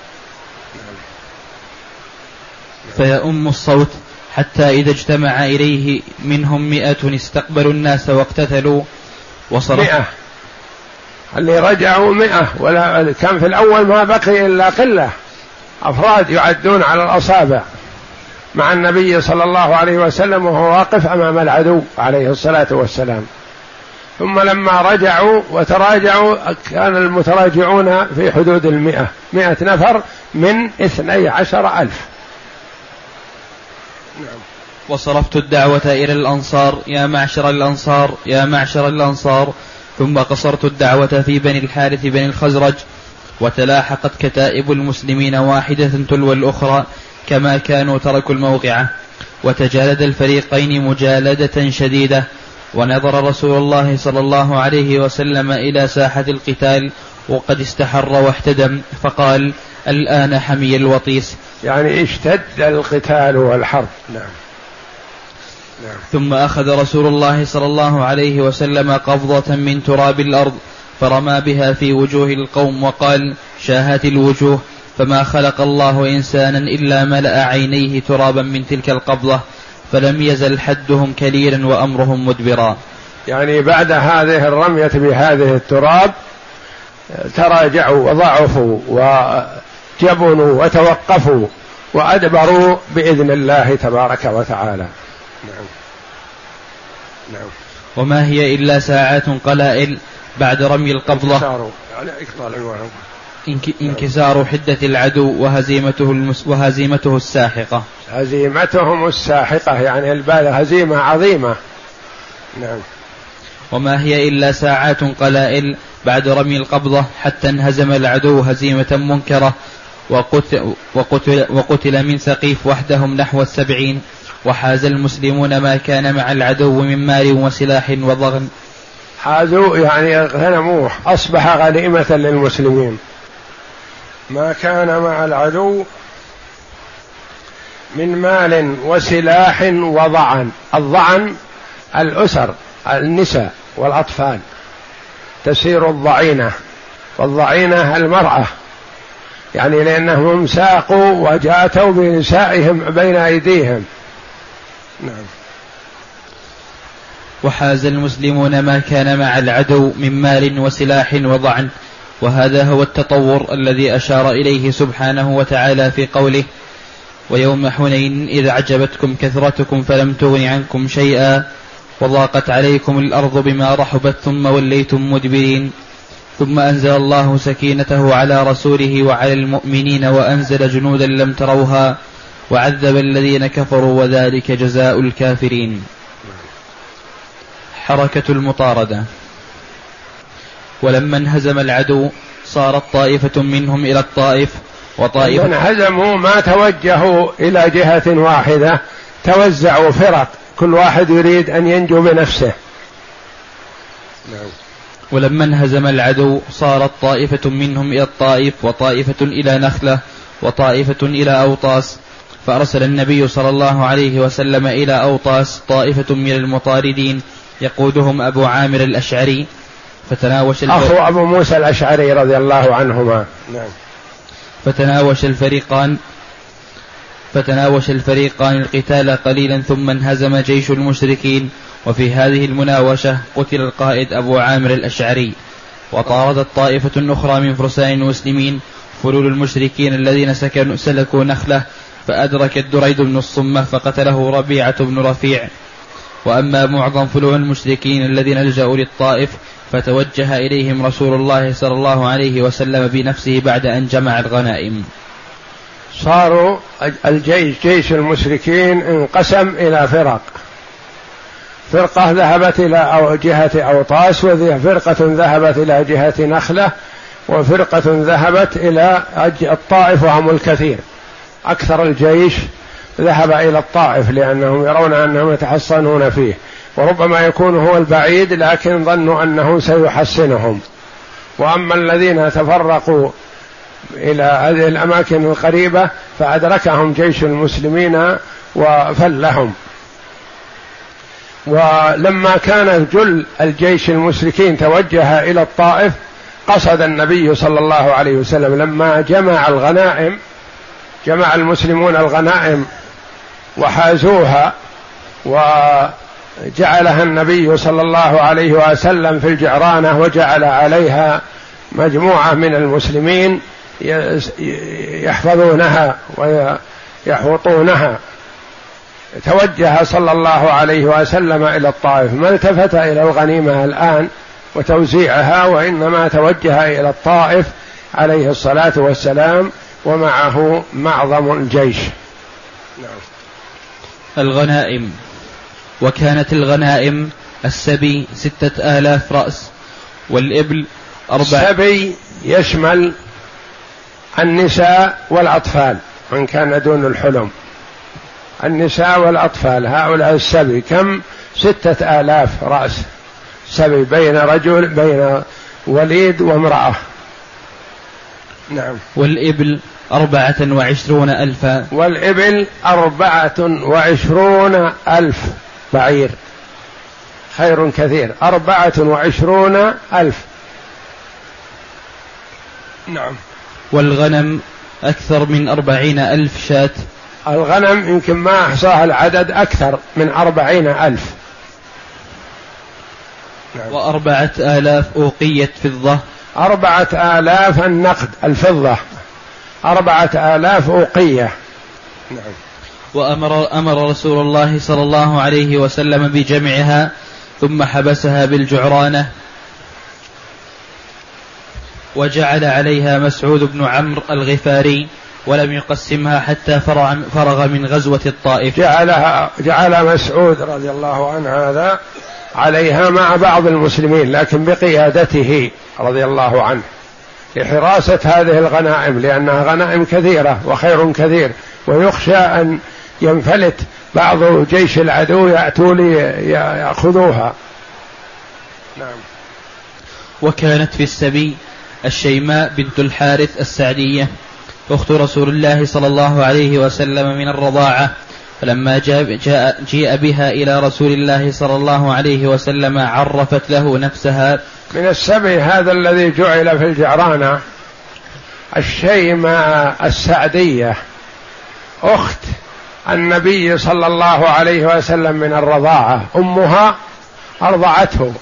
فيؤم الصوت حتى إذا اجتمع إليه منهم مئة استقبلوا الناس واقتتلوا وصرف
مئة، اللي رجعوا مئة، ولا كان في الأول ما بقي إلا قلة أفراد يعدون على الأصابع مع النبي صلى الله عليه وسلم وهو واقف أمام العدو عليه الصلاة والسلام. ثم لما رجعوا وتراجعوا كان المتراجعون في حدود المئة، مئة نفر من اثني عشر ألف.
نعم. وصرفت الدعوة إلى الأنصار يا معشر الأنصار يا معشر الأنصار، ثم قصرت الدعوة في بني الحارث بني الخزرج، وتلاحقت كتائب المسلمين واحدة تلو الأخرى كما كانوا تركوا الموقعة، وتجالد الفريقين مجالدة شديدة. ونظر رسول الله صلى الله عليه وسلم إلى ساحة القتال وقد استحر واحتدم، فقال الآن حمي الوطيس،
يعني اشتد القتال والحرب. نعم.
نعم. ثم أخذ رسول الله صلى الله عليه وسلم قبضة من تراب الأرض فرمى بها في وجوه القوم وقال شاهت الوجوه، فما خلق الله إنسانا إلا ملأ عينيه ترابا من تلك القبضة، فلم يزل حدهم كليلا وأمرهم مدبرا.
يعني بعد هذه الرمية بهذه التراب تراجعوا وضعفوا وجبنوا وتوقفوا وأدبروا بإذن الله تبارك وتعالى. نعم.
نعم. وما هي إلا ساعات قلائل بعد رمي القبضة انكسار حدة العدو وهزيمته, المس وهزيمته الساحقة.
هزيمتهم الساحقة يعني البالة هزيمة عظيمة. نعم.
وما هي إلا ساعات قلائل بعد رمي القبضة حتى انهزم العدو هزيمة منكرة، وقتل, وقتل, وقتل من ثقيف وحدهم نحو السبعين، وحاز المسلمون ما كان مع العدو من مال وسلاح وضغن.
حازوا يعني غنموه، أصبح غنيمة للمسلمين ما كان مع العدو من مال وسلاح وضعن. الضعن الأسر النساء والأطفال، تسير الضعينة، والضعينة المرأة، يعني لأنهم ساقوا وجاتوا بنسائهم بين أيديهم. نعم.
وحاز المسلمون ما كان مع العدو من مال وسلاح وضعن، وهذا هو التطور الذي أشار إليه سبحانه وتعالى في قوله ويوم حنين إذ أعجبتكم كثرتكم فلم تغن عنكم شيئا وضاقت عليكم الأرض بما رحبت ثم وليتم مدبرين، ثم أنزل الله سكينته على رسوله وعلى المؤمنين وأنزل جنودا لم تروها وعذب الذين كفروا وذلك جزاء الكافرين. حركة المطاردة. ولما انهزم العدو صارت طائفة منهم إلى الطائف وطائفة
انهزموا ما توجهوا إلى جهة واحدة، توزعوا فرق، كل واحد يريد أن ينجو بنفسه.
نعم. ولما انهزم العدو صارت طائفة منهم إلى الطائف وطائفة إلى نخلة وطائفة إلى أوطاس، فأرسل النبي صلى الله عليه وسلم إلى أوطاس طائفة من المطاردين يقودهم أبو عامر الأشعري فتناوش
أخو أبو موسى الأشعري رضي الله عنهما. نعم.
فتناوش الفريقان فتناوش الفريقان القتال قليلا ثم انهزم جيش المشركين. وفي هذه المناوشة قتل القائد أبو عامر الأشعري. وطاردت طائفة أخرى من فرسان المسلمين فلول المشركين الذين سكنوا سلكوا نخلة فأدرك الدريد بن الصمة فقتله ربيعة بن رفيع. وأما معظم فلول المشركين الذين لجأوا للطائف فتوجه إليهم رسول الله صلى الله عليه وسلم بنفسه بعد أن جمع الغنائم.
صاروا الجيش جيش المشركين انقسم إلى فرق، فرقة ذهبت إلى جهة أوطاس، وفرقة ذهبت إلى جهة نخلة، وفرقة ذهبت إلى الطائف وهم الكثير. أكثر الجيش ذهب إلى الطائف لأنهم يرون أنهم يتحصنون فيه، وربما يكون هو البعيد لكن ظنوا أنه سيحسنهم. وأما الذين تفرقوا إلى هذه الأماكن القريبة فأدركهم جيش المسلمين وفلهم. ولما كان جل الجيش المشركين توجه إلى الطائف قصد النبي صلى الله عليه وسلم لما جمع الغنائم، جمع المسلمون الغنائم وحازوها وجعلها النبي صلى الله عليه وسلم في الجعرانة وجعل عليها مجموعة من المسلمين يحفظونها ويحوطونها، توجه صلى الله عليه وسلم إلى الطائف، ما التفت إلى الغنيمة الآن وتوزيعها، وإنما توجه إلى الطائف عليه الصلاة والسلام ومعه معظم الجيش. نعم.
الغنائم. وكانت الغنائم السبي ستة آلاف رأس والإبل أربع.
السبي يشمل النساء والأطفال من كان دون الحلم، النساء والأطفال هؤلاء السبي كم؟ ستة آلاف رأس سبي بين رجل بين وليد وامرأة. نعم.
والإبل أربعة وعشرون ألفا.
والإبل أربعة وعشرون ألف بعير، خير كثير، أربعة وعشرون ألف. نعم.
والغنم أكثر من أربعين ألف شاة.
الغنم يمكن ما أحصاها العدد، أكثر من أربعين ألف.
نعم. وأربعة آلاف أوقية فضة.
أربعة آلاف النقد الفضة، أربعة آلاف أوقية. نعم.
وأمر أمر رسول الله صلى الله عليه وسلم بجمعها ثم حبسها بالجعرانة، وجعل عليها مسعود بن عمرو الغفاري ولم يقسمها حتى فرغ من غزوة الطائف.
جعلها جعل مسعود رضي الله عنه هذا عليها مع بعض المسلمين لكن بقيادته رضي الله عنه لحراسة هذه الغنائم، لأنها غنائم كثيرة وخير كثير، ويخشى أن ينفلت بعض جيش العدو يأتوا ليأخذوها. نعم.
وكانت في السبي الشيماء بنت الحارث السعدية أخت رسول الله صلى الله عليه وسلم من الرضاعة، فلما جاء, جاء جيء بها إلى رسول الله صلى الله عليه وسلم عرفت له نفسها.
من السبي هذا الذي جعل في الجعرانة الشيماء السعدية أخت النبي صلى الله عليه وسلم من الرضاعة، أمها أرضعته.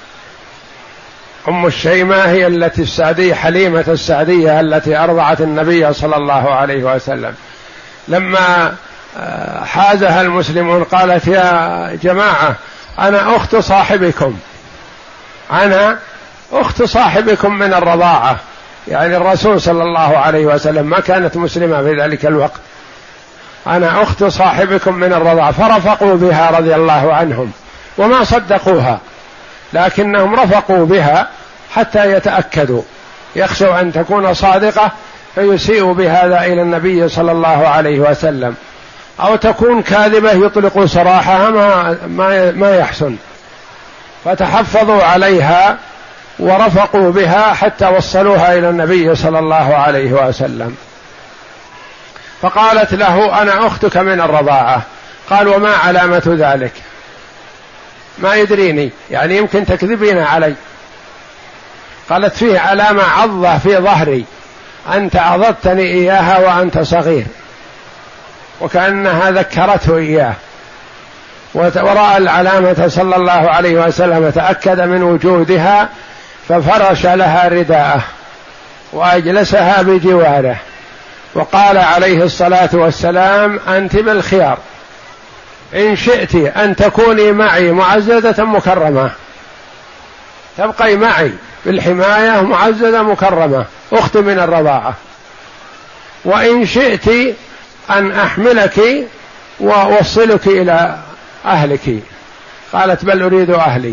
أم الشيماء هي التي السعدية حليمة السعدية التي أرضعت النبي صلى الله عليه وسلم. لما حازها المسلمون قالت يا جماعة أنا أخت صاحبكم، أنا أخت صاحبكم من الرضاعة، يعني الرسول صلى الله عليه وسلم ما كانت مسلمة في ذلك الوقت، أنا أخت صاحبكم من الرضاعة. فرفقوا بها رضي الله عنهم وما صدقوها، لكنهم رفقوا بها حتى يتأكدوا، يخشوا أن تكون صادقة فيسيئوا بهذا إلى النبي صلى الله عليه وسلم، أو تكون كاذبة يطلقوا سراحها ما, ما, ما يحسن، فتحفظوا عليها ورفقوا بها حتى وصلوها إلى النبي صلى الله عليه وسلم. فقالت له أنا أختك من الرضاعة. قال وما علامة ذلك؟ ما يدريني، يعني يمكن تكذبين علي. قالت فيه علامة عضة في ظهري، أنت عضدتني إياها وأنت صغير، وكأنها ذكرته إياه. ورأى العلامة صلى الله عليه وسلم، تأكد من وجودها، ففرش لها رداءه وأجلسها بجواره، وقال عليه الصلاة والسلام أنت بالخيار، إن شئت أن تكوني معي معززة مكرمة، تبقي معي بالحماية معززة مكرمة، أخت من الرضاعة، وإن شئت أن أحملك وأوصلك إلى أهلك. قالت بل أريد أهلي.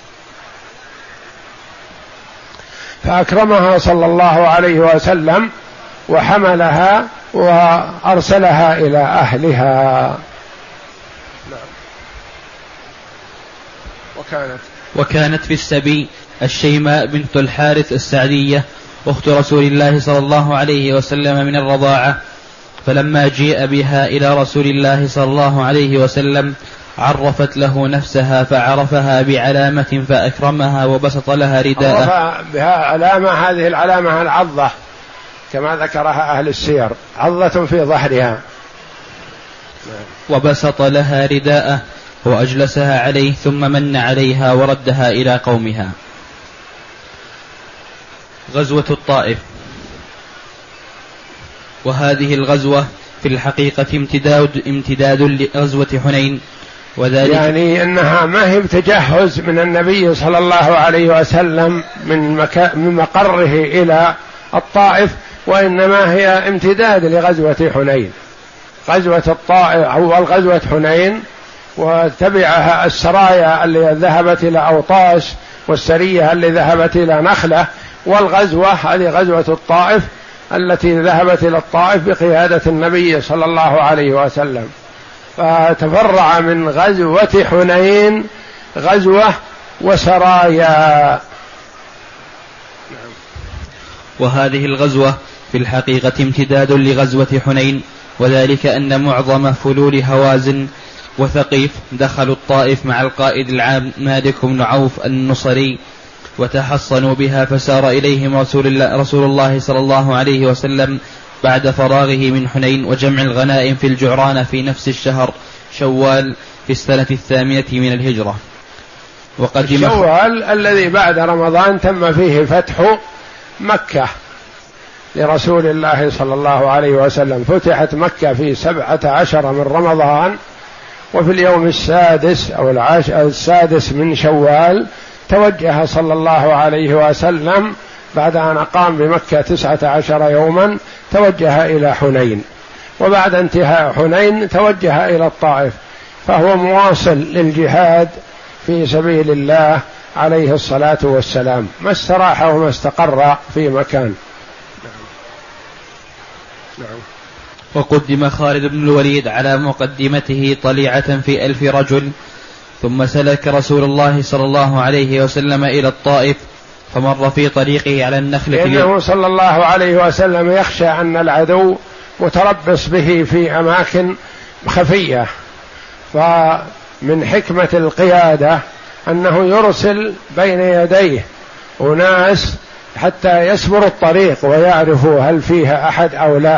فأكرمها صلى الله عليه وسلم وحملها وأرسلها إلى أهلها. وكانت
وكانت في السبي الشيماء بنت الحارث السعدية أخت رسول الله صلى الله عليه وسلم من الرضاعة، فلما جيء بها إلى رسول الله صلى الله عليه وسلم عرفت له نفسها فعرفها بعلامة فأكرمها وبسط لها رداءه.
عرف بها علامة، هذه العلامة العضة كما ذكرها أهل السير، عضة في ظهرها.
وبسط لها رداءه وأجلسها عليه ثم من عليها وردها إلى قومها. غزوة الطائف. وهذه الغزوة في الحقيقة امتداد امتداد لغزوة حنين، وذلك
يعني أنها ما هي بتجهز من النبي صلى الله عليه وسلم من, مكا من مقره إلى الطائف، وإنما هي امتداد لغزوة حنين. غزوة الطائف أول غزوة حنين، وتبعها السرايا اللي ذهبت إلى أوطاس، والسرية اللي ذهبت إلى نخلة، والغزوة هذه غزوة الطائف التي ذهبت إلى الطائف بقيادة النبي صلى الله عليه وسلم. فتفرع من غزوة حنين غزوة وسرايا.
وهذه الغزوة في الحقيقة امتداد لغزوة حنين، وذلك أن معظم فلول هوازن وثقيف دخلوا الطائف مع القائد العام مالك بن عوف النصري وتحصنوا بها، فسار إليهم رسول الله, رسول الله صلى الله عليه وسلم بعد فراغه من حنين وجمع الغنائم في الجعران في نفس الشهر شوال في السنة الثامنة من الهجرة.
وقدم شوال الذي بعد رمضان تم فيه فتح مكة لرسول الله صلى الله عليه وسلم، فتحت مكة في سبعة عشر من رمضان، وفي اليوم السادس أو العاشر السادس من شوال توجه صلى الله عليه وسلم بعد أن أقام بمكة تسعة عشر يوما، توجه إلى حنين، وبعد انتهاء حنين توجه إلى الطائف، فهو مواصل للجهاد في سبيل الله عليه الصلاة والسلام، ما استراح وما استقر في مكان.
نعم. وقدم خالد بن الوليد على مقدمته طليعة في ألف رجل، ثم سلك رسول الله صلى الله عليه وسلم إلى الطائف، فمر في طريقه على النخلة،
لأنه صلى الله عليه وسلم يخشى أن العدو متربص به في أماكن خفية، فمن حكمة القيادة أنه يرسل بين يديه أناس حتى يسبر الطريق ويعرفوا هل فيها أحد أو لا.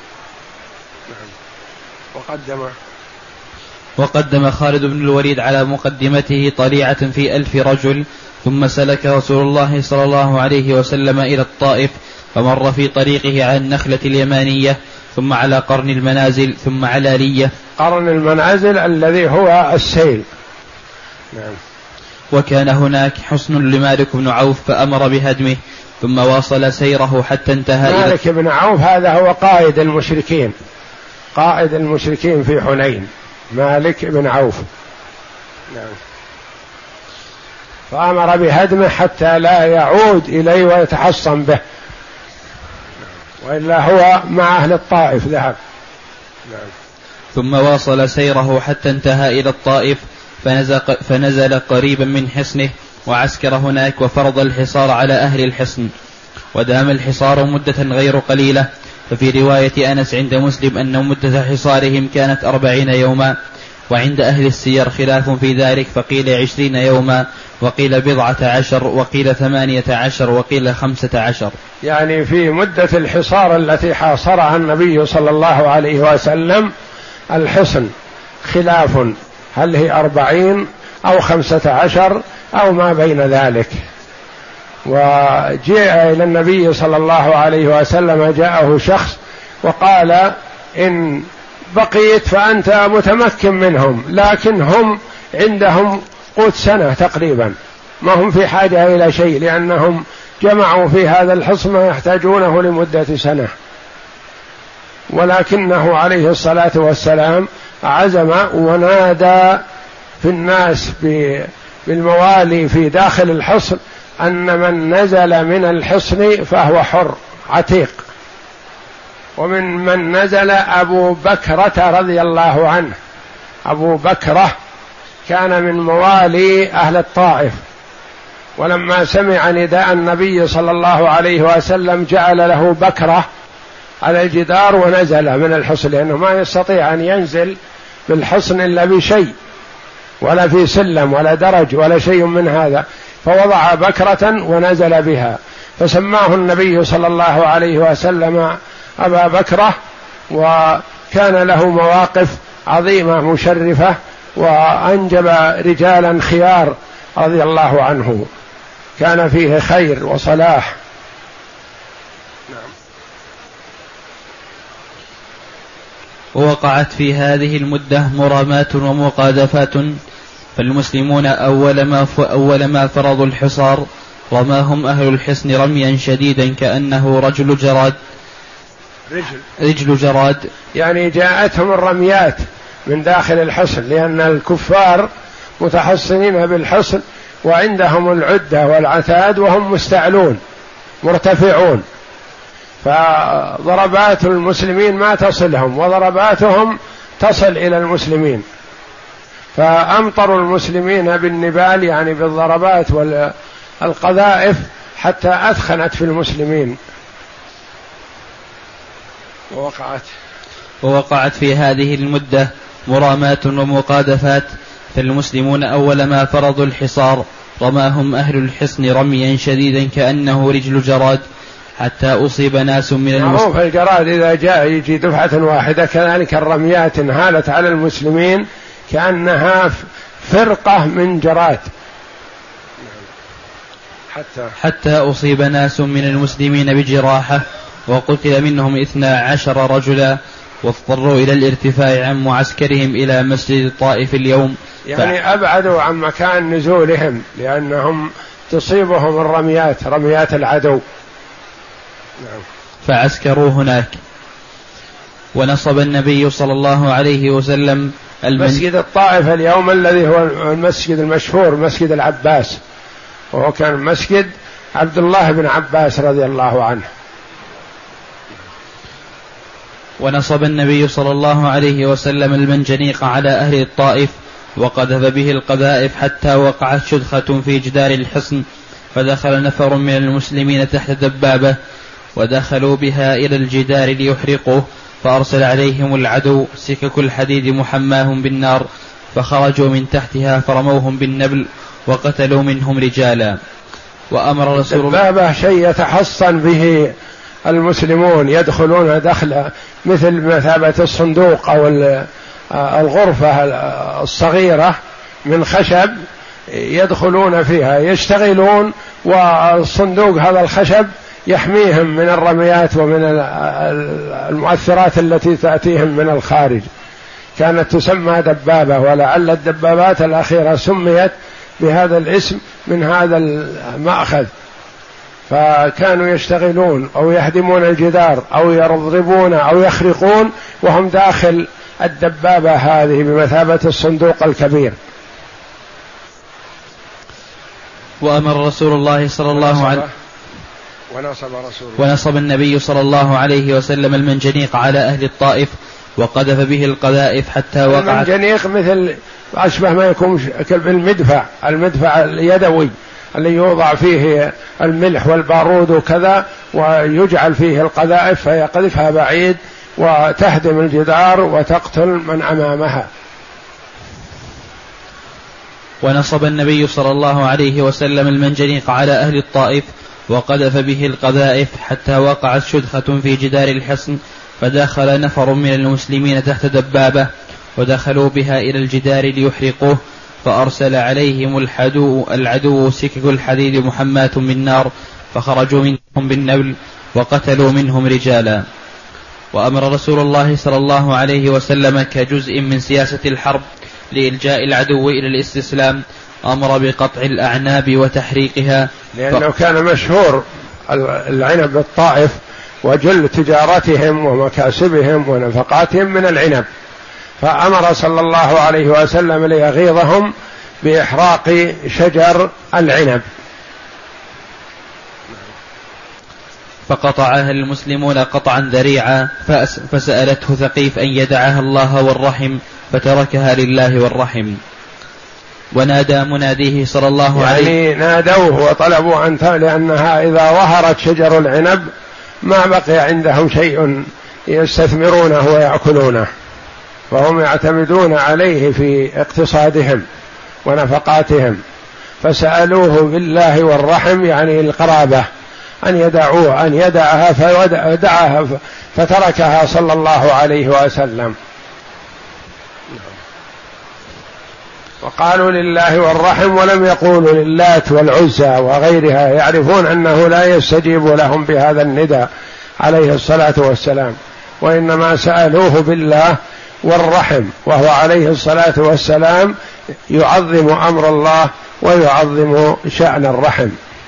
وقدم
وقدم خالد بن الوليد على مقدمته طليعة في ألف رجل، ثم سلك رسول الله صلى الله عليه وسلم إلى الطائف، فمر في طريقه على النخلة اليمانية، ثم على قرن المنازل، ثم على لية.
قرن المنازل الذي هو السيل.
نعم. وكان هناك حصن لمالك بن عوف فأمر بهدمه، ثم واصل سيره حتى انتهى.
مالك بن عوف هذا هو قائد المشركين، قائد المشركين في حنين، مالك بن عوف. نعم. فأمر بهدمه حتى لا يعود إليه ويتحصن به، وإلا هو مع أهل الطائف ذهب.
نعم. ثم واصل سيره حتى انتهى إلى الطائف، فنزل, فنزل قريبا من حصنه وعسكر هناك، وفرض الحصار على أهل الحصن، ودام الحصار مدة غير قليلة، ففي رواية أنس عند مسلم أن مدة حصارهم كانت أربعين يوما، وعند أهل السير خلاف في ذلك، فقيل عشرين يوما، وقيل بضعة عشر، وقيل ثمانية عشر، وقيل خمسة عشر.
يعني في مدة الحصار التي حاصرها النبي صلى الله عليه وسلم الحصن خلاف، هل هي أربعين أو خمسة عشر أو ما بين ذلك. وجاء إلى النبي صلى الله عليه وسلم جاءه شخص وقال إن بقيت فأنت متمكن منهم، لكن هم عندهم قوت سنة تقريبا، ما هم في حاجة إلى شيء، لأنهم جمعوا في هذا الحصن ما يحتاجونه لمدة سنة. ولكنه عليه الصلاة والسلام عزم ونادى في الناس بالموالي في داخل الحصن أن من نزل من الحصن فهو حر عتيق. ومن من نزل أبو بكرة رضي الله عنه، أبو بكرة كان من موالي أهل الطائف، ولما سمع نداء النبي صلى الله عليه وسلم جعل له بكرة على الجدار ونزل من الحصن، لأنه ما يستطيع أن ينزل بالحصن إلا بشيء، ولا في سلم ولا درج ولا شيء من هذا، فوضع بكرة ونزل بها، فسماه النبي صلى الله عليه وسلم أبا بكرة، وكان له مواقف عظيمة مشرفة، وأنجب رجالا خيار رضي الله عنه، كان فيه خير وصلاح.
ووقعت في هذه المدة مرامات ومقاذفات، فالمسلمون أول ما, أول ما فرضوا الحصار رماهم أهل الحصن رميا شديدا كأنه رجل جراد رجل, رجل جراد
يعني جاءتهم الرميات من داخل الحصن، لأن الكفار متحصنين بالحصن وعندهم العدة والعتاد وهم مستعلون مرتفعون، فضربات المسلمين ما تصلهم وضرباتهم تصل إلى المسلمين، فأمطروا المسلمين بالنبال يعني بالضربات والقذائف حتى أثخنت في المسلمين. ووقعت
ووقعت في هذه المدة مرامات ومقاذفات، فالمسلمون أول ما فرضوا الحصار رماهم أهل الحصن رميا شديدا كأنه رجل جراد، حتى أصيب ناس من المسلمين.
في الجراد إذا جاء يجي دفعة واحدة، كذلك الرميات انهالت على المسلمين كأنها فرقة من جراد،
حتى, حتى أصيب ناس من المسلمين بجراحة، وقتل منهم اثنا عشر رجلا، واضطروا إلى الارتفاع عن معسكرهم إلى مسجد الطائف اليوم،
يعني ف... أبعدوا عن مكان نزولهم لأنهم تصيبهم الرميات رميات العدو.
نعم. فعسكروا هناك. ونصب النبي صلى الله عليه وسلم
مسجد الطائف اليوم الذي هو المسجد المشهور مسجد العباس، وهو كان مسجد عبد الله بن عباس رضي الله عنه.
ونصب النبي صلى الله عليه وسلم المنجنيق على أهل الطائف، وقذف به القذائف حتى وقعت شدخة في جدار الحصن، فدخل نفر من المسلمين تحت دبابة ودخلوا بها إلى الجدار ليحرقوه، فأرسل عليهم العدو سكك الحديد محماهم بالنار، فخرجوا من تحتها فرموهم بالنبل وقتلوا منهم رجالا. وأمر رسول الله
الدبابة شيء يتحصن به المسلمون، يدخلون دخل مثل مثابة الصندوق أو الغرفة الصغيرة من خشب يدخلون فيها يشتغلون، والصندوق هذا الخشب يحميهم من الرميات ومن المؤثرات التي تأتيهم من الخارج. كانت تسمى دبابة، ولعل الدبابات الأخيرة سميت بهذا الاسم من هذا المأخذ. فكانوا يشتغلون أو يهدمون الجدار أو يضربون أو يخرقون وهم داخل الدبابة هذه بمثابة الصندوق الكبير.
وأمر رسول الله صلى الله عليه
ونصب, رسول
ونصب النبي صلى الله عليه وسلم المنجنيق على أهل الطائف، وقذف به القذائف حتى وقعت.
المنجنيق مثل أشبه ما يكون بالمدفع، المدفع اليدوي اللي يوضع فيه الملح والبارود وكذا، ويجعل فيه القذائف فيقذفها بعيد وتهدم الجدار وتقتل من أمامها.
ونصب النبي صلى الله عليه وسلم المنجنيق على أهل الطائف وقذف به القذائف حتى وقعت شدخة في جدار الحصن، فدخل نفر من المسلمين تحت دبابة ودخلوا بها إلى الجدار ليحرقوه، فأرسل عليهم العدو, العدو سكك الحديد محماة من نار، فخرجوا منهم بالنبل وقتلوا منهم رجالا. وأمر رسول الله صلى الله عليه وسلم كجزء من سياسة الحرب لإلجاء العدو إلى الاستسلام، أمر بقطع الأعناب وتحريقها،
لأنه ف... كان مشهور العنب بالطائف وجل تجارتهم ومكاسبهم ونفقاتهم من العنب، فأمر صلى الله عليه وسلم ليغيظهم بإحراق شجر العنب.
فقطعها المسلمون قطعا ذريعا، فسألته ثقيف أن يدعها الله والرحم، فتركها لله والرحم. ونادى مناديه صلى الله
يعني
عليه
يعني نادوه وطلبوا أن لأنها إذا ظهرت شجر العنب ما بقي عندهم شيء يستثمرونه ويأكلونه، فهم يعتمدون عليه في اقتصادهم ونفقاتهم، فسألوه بالله والرحم يعني القرابة أن يدعوه أن يدعها فدعها فتركها صلى الله عليه وسلم. وقالوا لله والرحم ولم يقولوا للات والعزى وغيرها، يعرفون أنه لا يستجيب لهم بهذا النداء عليه الصلاة والسلام، وإنما سألوه بالله والرحم، وهو عليه الصلاة والسلام يعظم أمر الله ويعظم شأن الرحم.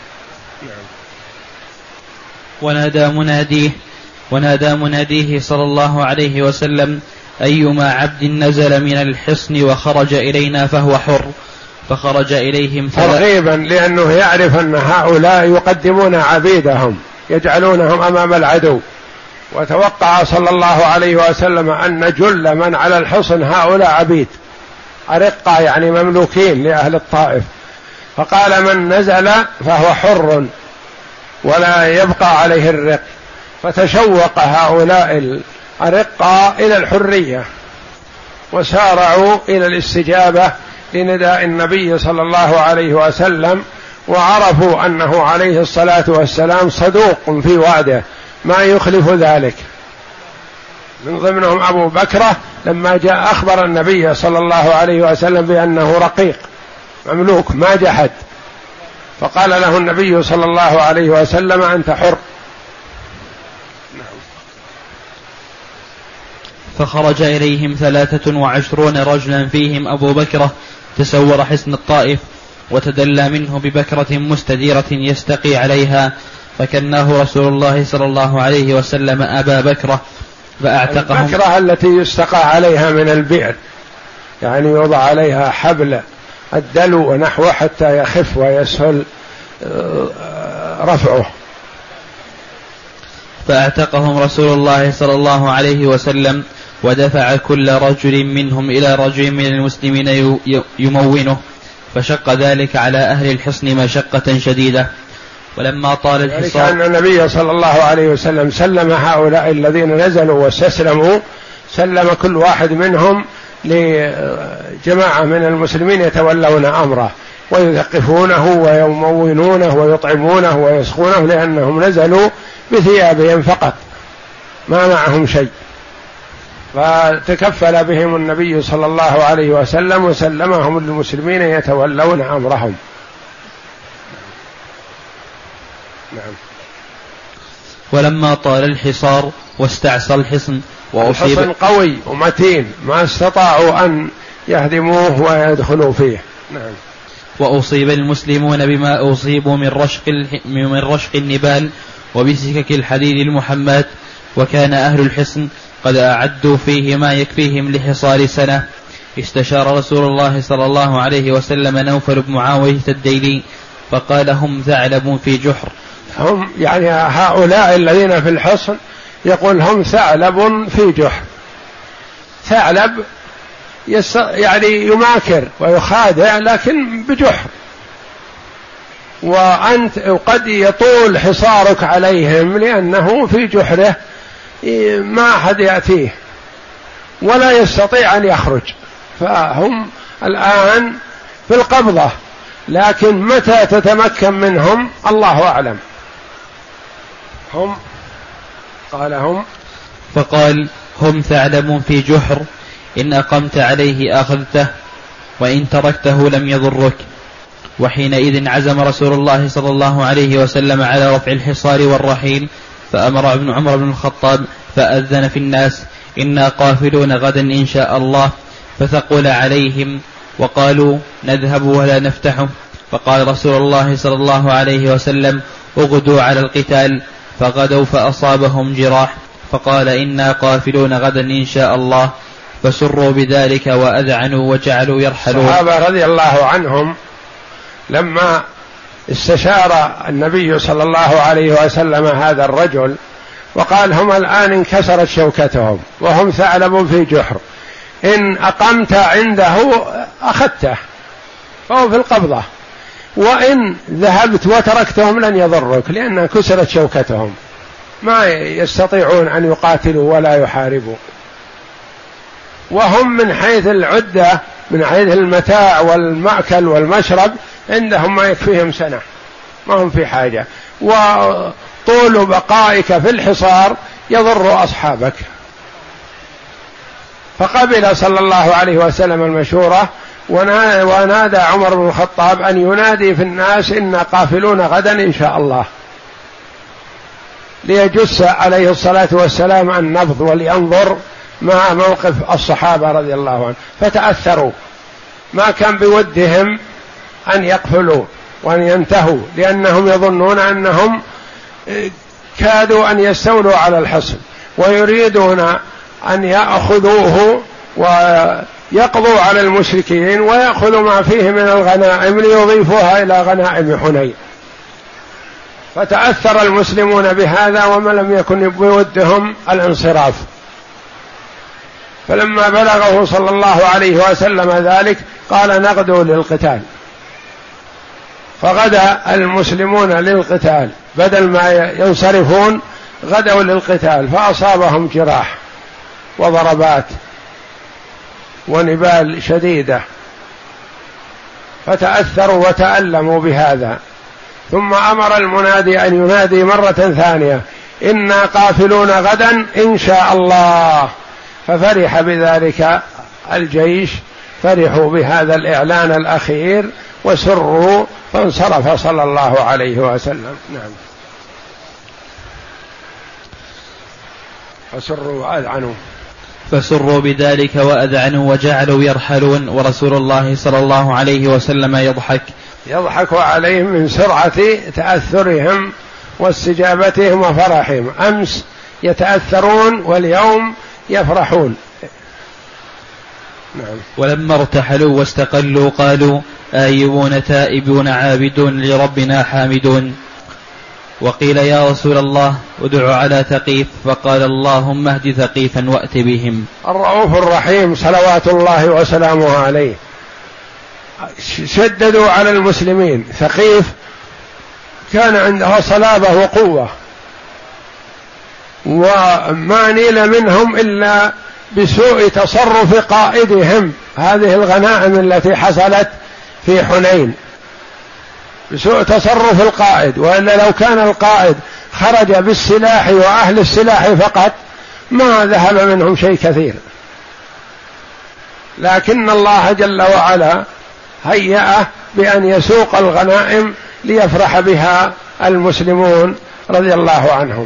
ونادى مناديه ونادى مناديه صلى الله عليه وسلم: أيما عبد نزل من الحصن وخرج إلينا فهو حر. فخرج إليهم
ترغيبا، لأنه يعرف أن هؤلاء يقدمون عبيدهم يجعلونهم أمام العدو، وتوقع صلى الله عليه وسلم أن جل من على الحصن هؤلاء عبيد أرقة يعني مملوكين لأهل الطائف، فقال من نزل فهو حر ولا يبقى عليه الرق، فتشوق هؤلاء الأرقة إلى الحرية وسارعوا إلى الاستجابة لنداء النبي صلى الله عليه وسلم، وعرفوا أنه عليه الصلاة والسلام صدوق في وعده ما يخلف ذلك. من ضمنهم أبو بكرة لما جاء أخبر النبي صلى الله عليه وسلم بأنه رقيق مملوك ما جحد، فقال له النبي صلى الله عليه وسلم: أنت حر.
فخرج إليهم ثلاثة وعشرون رجلا فيهم أبو بكرة تسور حصن الطائف، وتدلى منه ببكرة مستديرة يستقي عليها، فكناه رسول الله صلى الله عليه وسلم أبا بكرة فأعتقهم.
البكرة التي يستقى عليها من البئر، يعني يوضع عليها حبل الدلو ونحوه حتى يخف ويسهل رفعه.
فأعتقهم رسول الله صلى الله عليه وسلم، ودفع كل رجل منهم إلى رجل من المسلمين يمونه، فشق ذلك على أهل الحصن مشقة شديدة. ولما طال الحصار،
كان النبي صلى الله عليه وسلم سلم هؤلاء الذين نزلوا واستسلموا، سلم كل واحد منهم لجماعة من المسلمين يتولون أمره ويثقفونه ويمونونه ويطعمونه ويسقونه، لأنهم نزلوا بثيابهم فقط ما معهم شيء، فتكفل بهم النبي صلى الله عليه وسلم وسلمهم للمسلمين يتولون أمرهم. نعم.
ولما طال الحصار واستعصى الحصن وأصيب
الحصن قوي ومتين ما استطاعوا أن يهدموه ويدخلوا فيه. نعم.
وأصيب المسلمون بما أصيبوا من رشق من رشق النبال وبسكك الحديد المحمات، وكان أهل الحصن قد أعدوا فيه ما يكفيهم لحصار سنة. استشار رسول الله صلى الله عليه وسلم نوفل بن معاوية الديلي فقال: هم ثعلب في جحر.
هم يعني هؤلاء الذين في الحصن يقول هم ثعلب في جحر. ثعلب يعني يماكر ويخادع لكن بجحر، وأنت قد يطول حصارك عليهم لأنه في جحره ما أحد يأتيه ولا يستطيع أن يخرج، فهم الآن في القبضة، لكن متى تتمكن منهم الله أعلم. هم قال هم
فقال هم ثعلب في جحر، إن أقمت عليه أخذته وإن تركته لم يضرك. وحينئذ عزم رسول الله صلى الله عليه وسلم على رفع الحصار والرحيل، فأمر ابن عمر بن الخطاب فأذن في الناس إنا قافلون غدا إن شاء الله، فثقل عليهم وقالوا نذهب ولا نفتحه. فقال رسول الله صلى الله عليه وسلم اغدوا على القتال، فغدوا فأصابهم جراح، فقال إنا قافلون غدا إن شاء الله، فسروا بذلك وأذعنوا وجعلوا يرحلون.
الصحابة رضي الله عنهم لما استشار النبي صلى الله عليه وسلم هذا الرجل وقال هم الآن انكسرت شوكتهم وهم ثعلب في جحر، إن أقمت عنده أخذته فهو في القبضة، وإن ذهبت وتركتهم لن يضرك لأن كسرت شوكتهم، ما يستطيعون أن يقاتلوا ولا يحاربوا، وهم من حيث العدة من حيث المتاع والمأكل والمشرب عندهم ما يكفيهم سنة، ما هم في حاجة، وطول بقائك في الحصار يضر أصحابك. فقبل صلى الله عليه وسلم المشورة، ونادى عمر بن الخطاب أن ينادي في الناس إنا قافلون غدا إن شاء الله، ليجس عليه الصلاة والسلام النبض ولينظر مع موقف الصحابة رضي الله عنهم. فتأثروا، ما كان بودهم أن يقفلوا وأن ينتهوا، لأنهم يظنون أنهم كادوا أن يستولوا على الحصن ويريدون أن يأخذوه ويقضوا على المشركين ويأخذوا ما فيه من الغنائم ليضيفوها إلى غنائم حنين. فتأثر المسلمون بهذا وما لم يكن بودهم الانصراف. فلما بلغه صلى الله عليه وسلم ذلك قال نغدو للقتال، فغدا المسلمون للقتال بدل ما ينصرفون غدوا للقتال، فأصابهم جراح وضربات ونبال شديدة، فتأثروا وتألموا بهذا. ثم أمر المنادي أن ينادي مرة ثانية إنا قافلون غدا إن شاء الله، ففرح بذلك الجيش، فرحوا بهذا الإعلان الأخير وسروا، فانصرف صلى الله عليه وسلم. نعم. فسروا وأذعنوا
فسروا بذلك وأذعنوا وجعلوا يرحلون، ورسول الله صلى الله عليه وسلم يضحك
يضحك عليهم من سرعة تأثرهم واستجابتهم وفرحهم. أمس يتأثرون واليوم يفرحون. نعم.
ولما ارتحلوا واستقلوا قالوا آيبون تائبون عابدون لربنا حامدون. وقيل يا رسول الله ادع على ثقيف، فقال اللهم اهد ثقيفا وأت بهم.
الرؤوف الرحيم صلوات الله وسلامه عليه شددوا على المسلمين. ثقيف كان عندها صلابة وقوة، وما نيل منهم إلا بسوء تصرف قائدهم هذه الغنائم التي حصلت في حنين، بسوء تصرف القائد، وإلا لو كان القائد خرج بالسلاح وأهل السلاح فقط ما ذهب منهم شيء كثير، لكن الله جل وعلا هيأه بأن يسوق الغنائم ليفرح بها المسلمون رضي الله عنهم.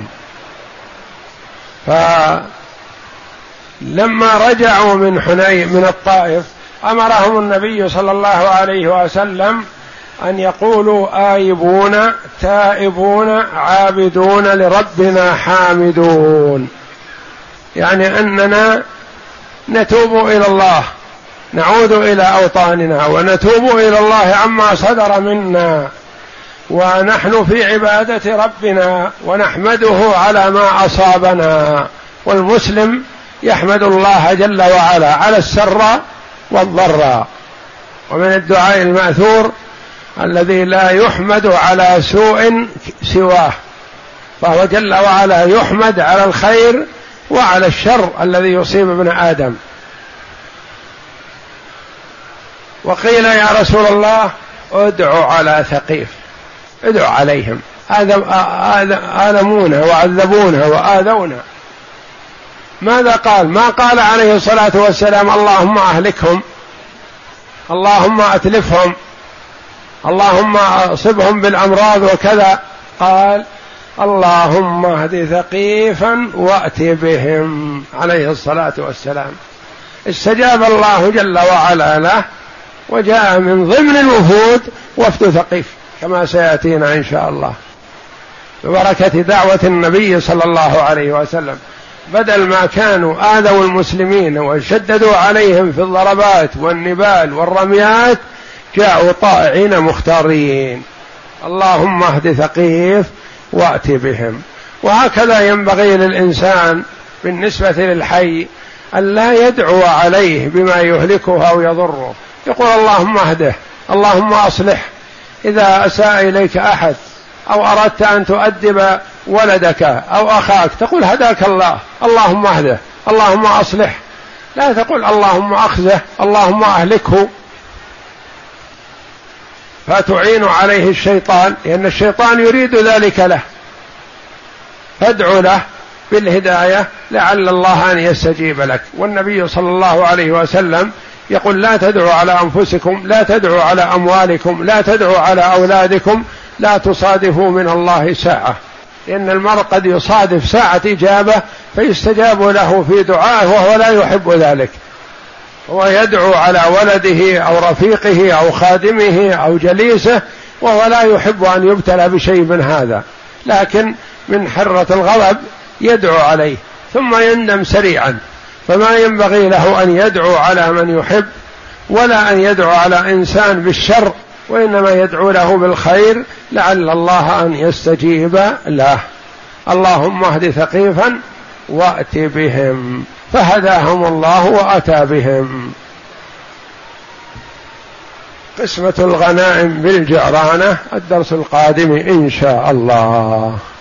فلما رجعوا من حنين من الطائف أمرهم النبي صلى الله عليه وسلم أن يقولوا آيبون تائبون عابدون لربنا حامدون، يعني أننا نتوب إلى الله، نعود إلى أوطاننا ونتوب إلى الله عما صدر منا، ونحن في عبادة ربنا ونحمده على ما أصابنا. والمسلم يحمد الله جل وعلا على السراء والضراء. ومن الدعاء المأثور الذي لا يحمد على سوء سواه، فهو جل وعلا يحمد على الخير وعلى الشر الذي يصيب ابن آدم. وقيل يا رسول الله ادعوا على ثقيف، ادعوا عليهم، آلمونا وعذبونا وآذونا. ماذا قال؟ ما قال عليه الصلاة والسلام اللهم أهلكهم، اللهم أتلفهم، اللهم أصبهم بالأمراض وكذا. قال اللهم اهد ثقيفا وأت بهم عليه الصلاة والسلام. استجاب الله جل وعلا له، وجاء من ضمن الوفود وفد ثقيف كما سيأتينا إن شاء الله، ببركة دعوة النبي صلى الله عليه وسلم. بدل ما كانوا آذوا المسلمين وشددوا عليهم في الضربات والنبال والرميات، جاءوا طائعين مختارين. اللهم اهد ثقيف وأت بهم. وهكذا ينبغي للإنسان بالنسبة للحي أن لا يدعو عليه بما يهلكه أو يضره، يقول اللهم اهده، اللهم أصلح. إذا أساء إليك أحد أو أردت أن تؤدب ولدك أو أخاك تقول هداك الله، اللهم اهده، اللهم أصلح. لا تقول اللهم أخزه، اللهم أهلكه، فتعين عليه الشيطان، لأن الشيطان يريد ذلك له. فادعو له بالهداية لعل الله أن يستجيب لك. والنبي صلى الله عليه وسلم يقول لا تدعوا على أنفسكم، لا تدعوا على أموالكم، لا تدعوا على أولادكم، لا تصادفوا من الله ساعة، لأن المرء قد يصادف ساعة إجابة فيستجاب له في دعائه وهو لا يحب ذلك. هو يدعو على ولده أو رفيقه أو خادمه أو جليسه وهو لا يحب أن يبتلى بشيء من هذا، لكن من حرة الغضب يدعو عليه ثم يندم سريعا. فما ينبغي له أن يدعو على من يحب، ولا أن يدعو على إنسان بالشر، وإنما يدعو له بالخير لعل الله أن يستجيب له. اللهم اهد ثقيفا وأت بهم، فهداهم الله وأتى بهم. قسمة الغنائم بالجعرانة الدرس القادم إن شاء الله.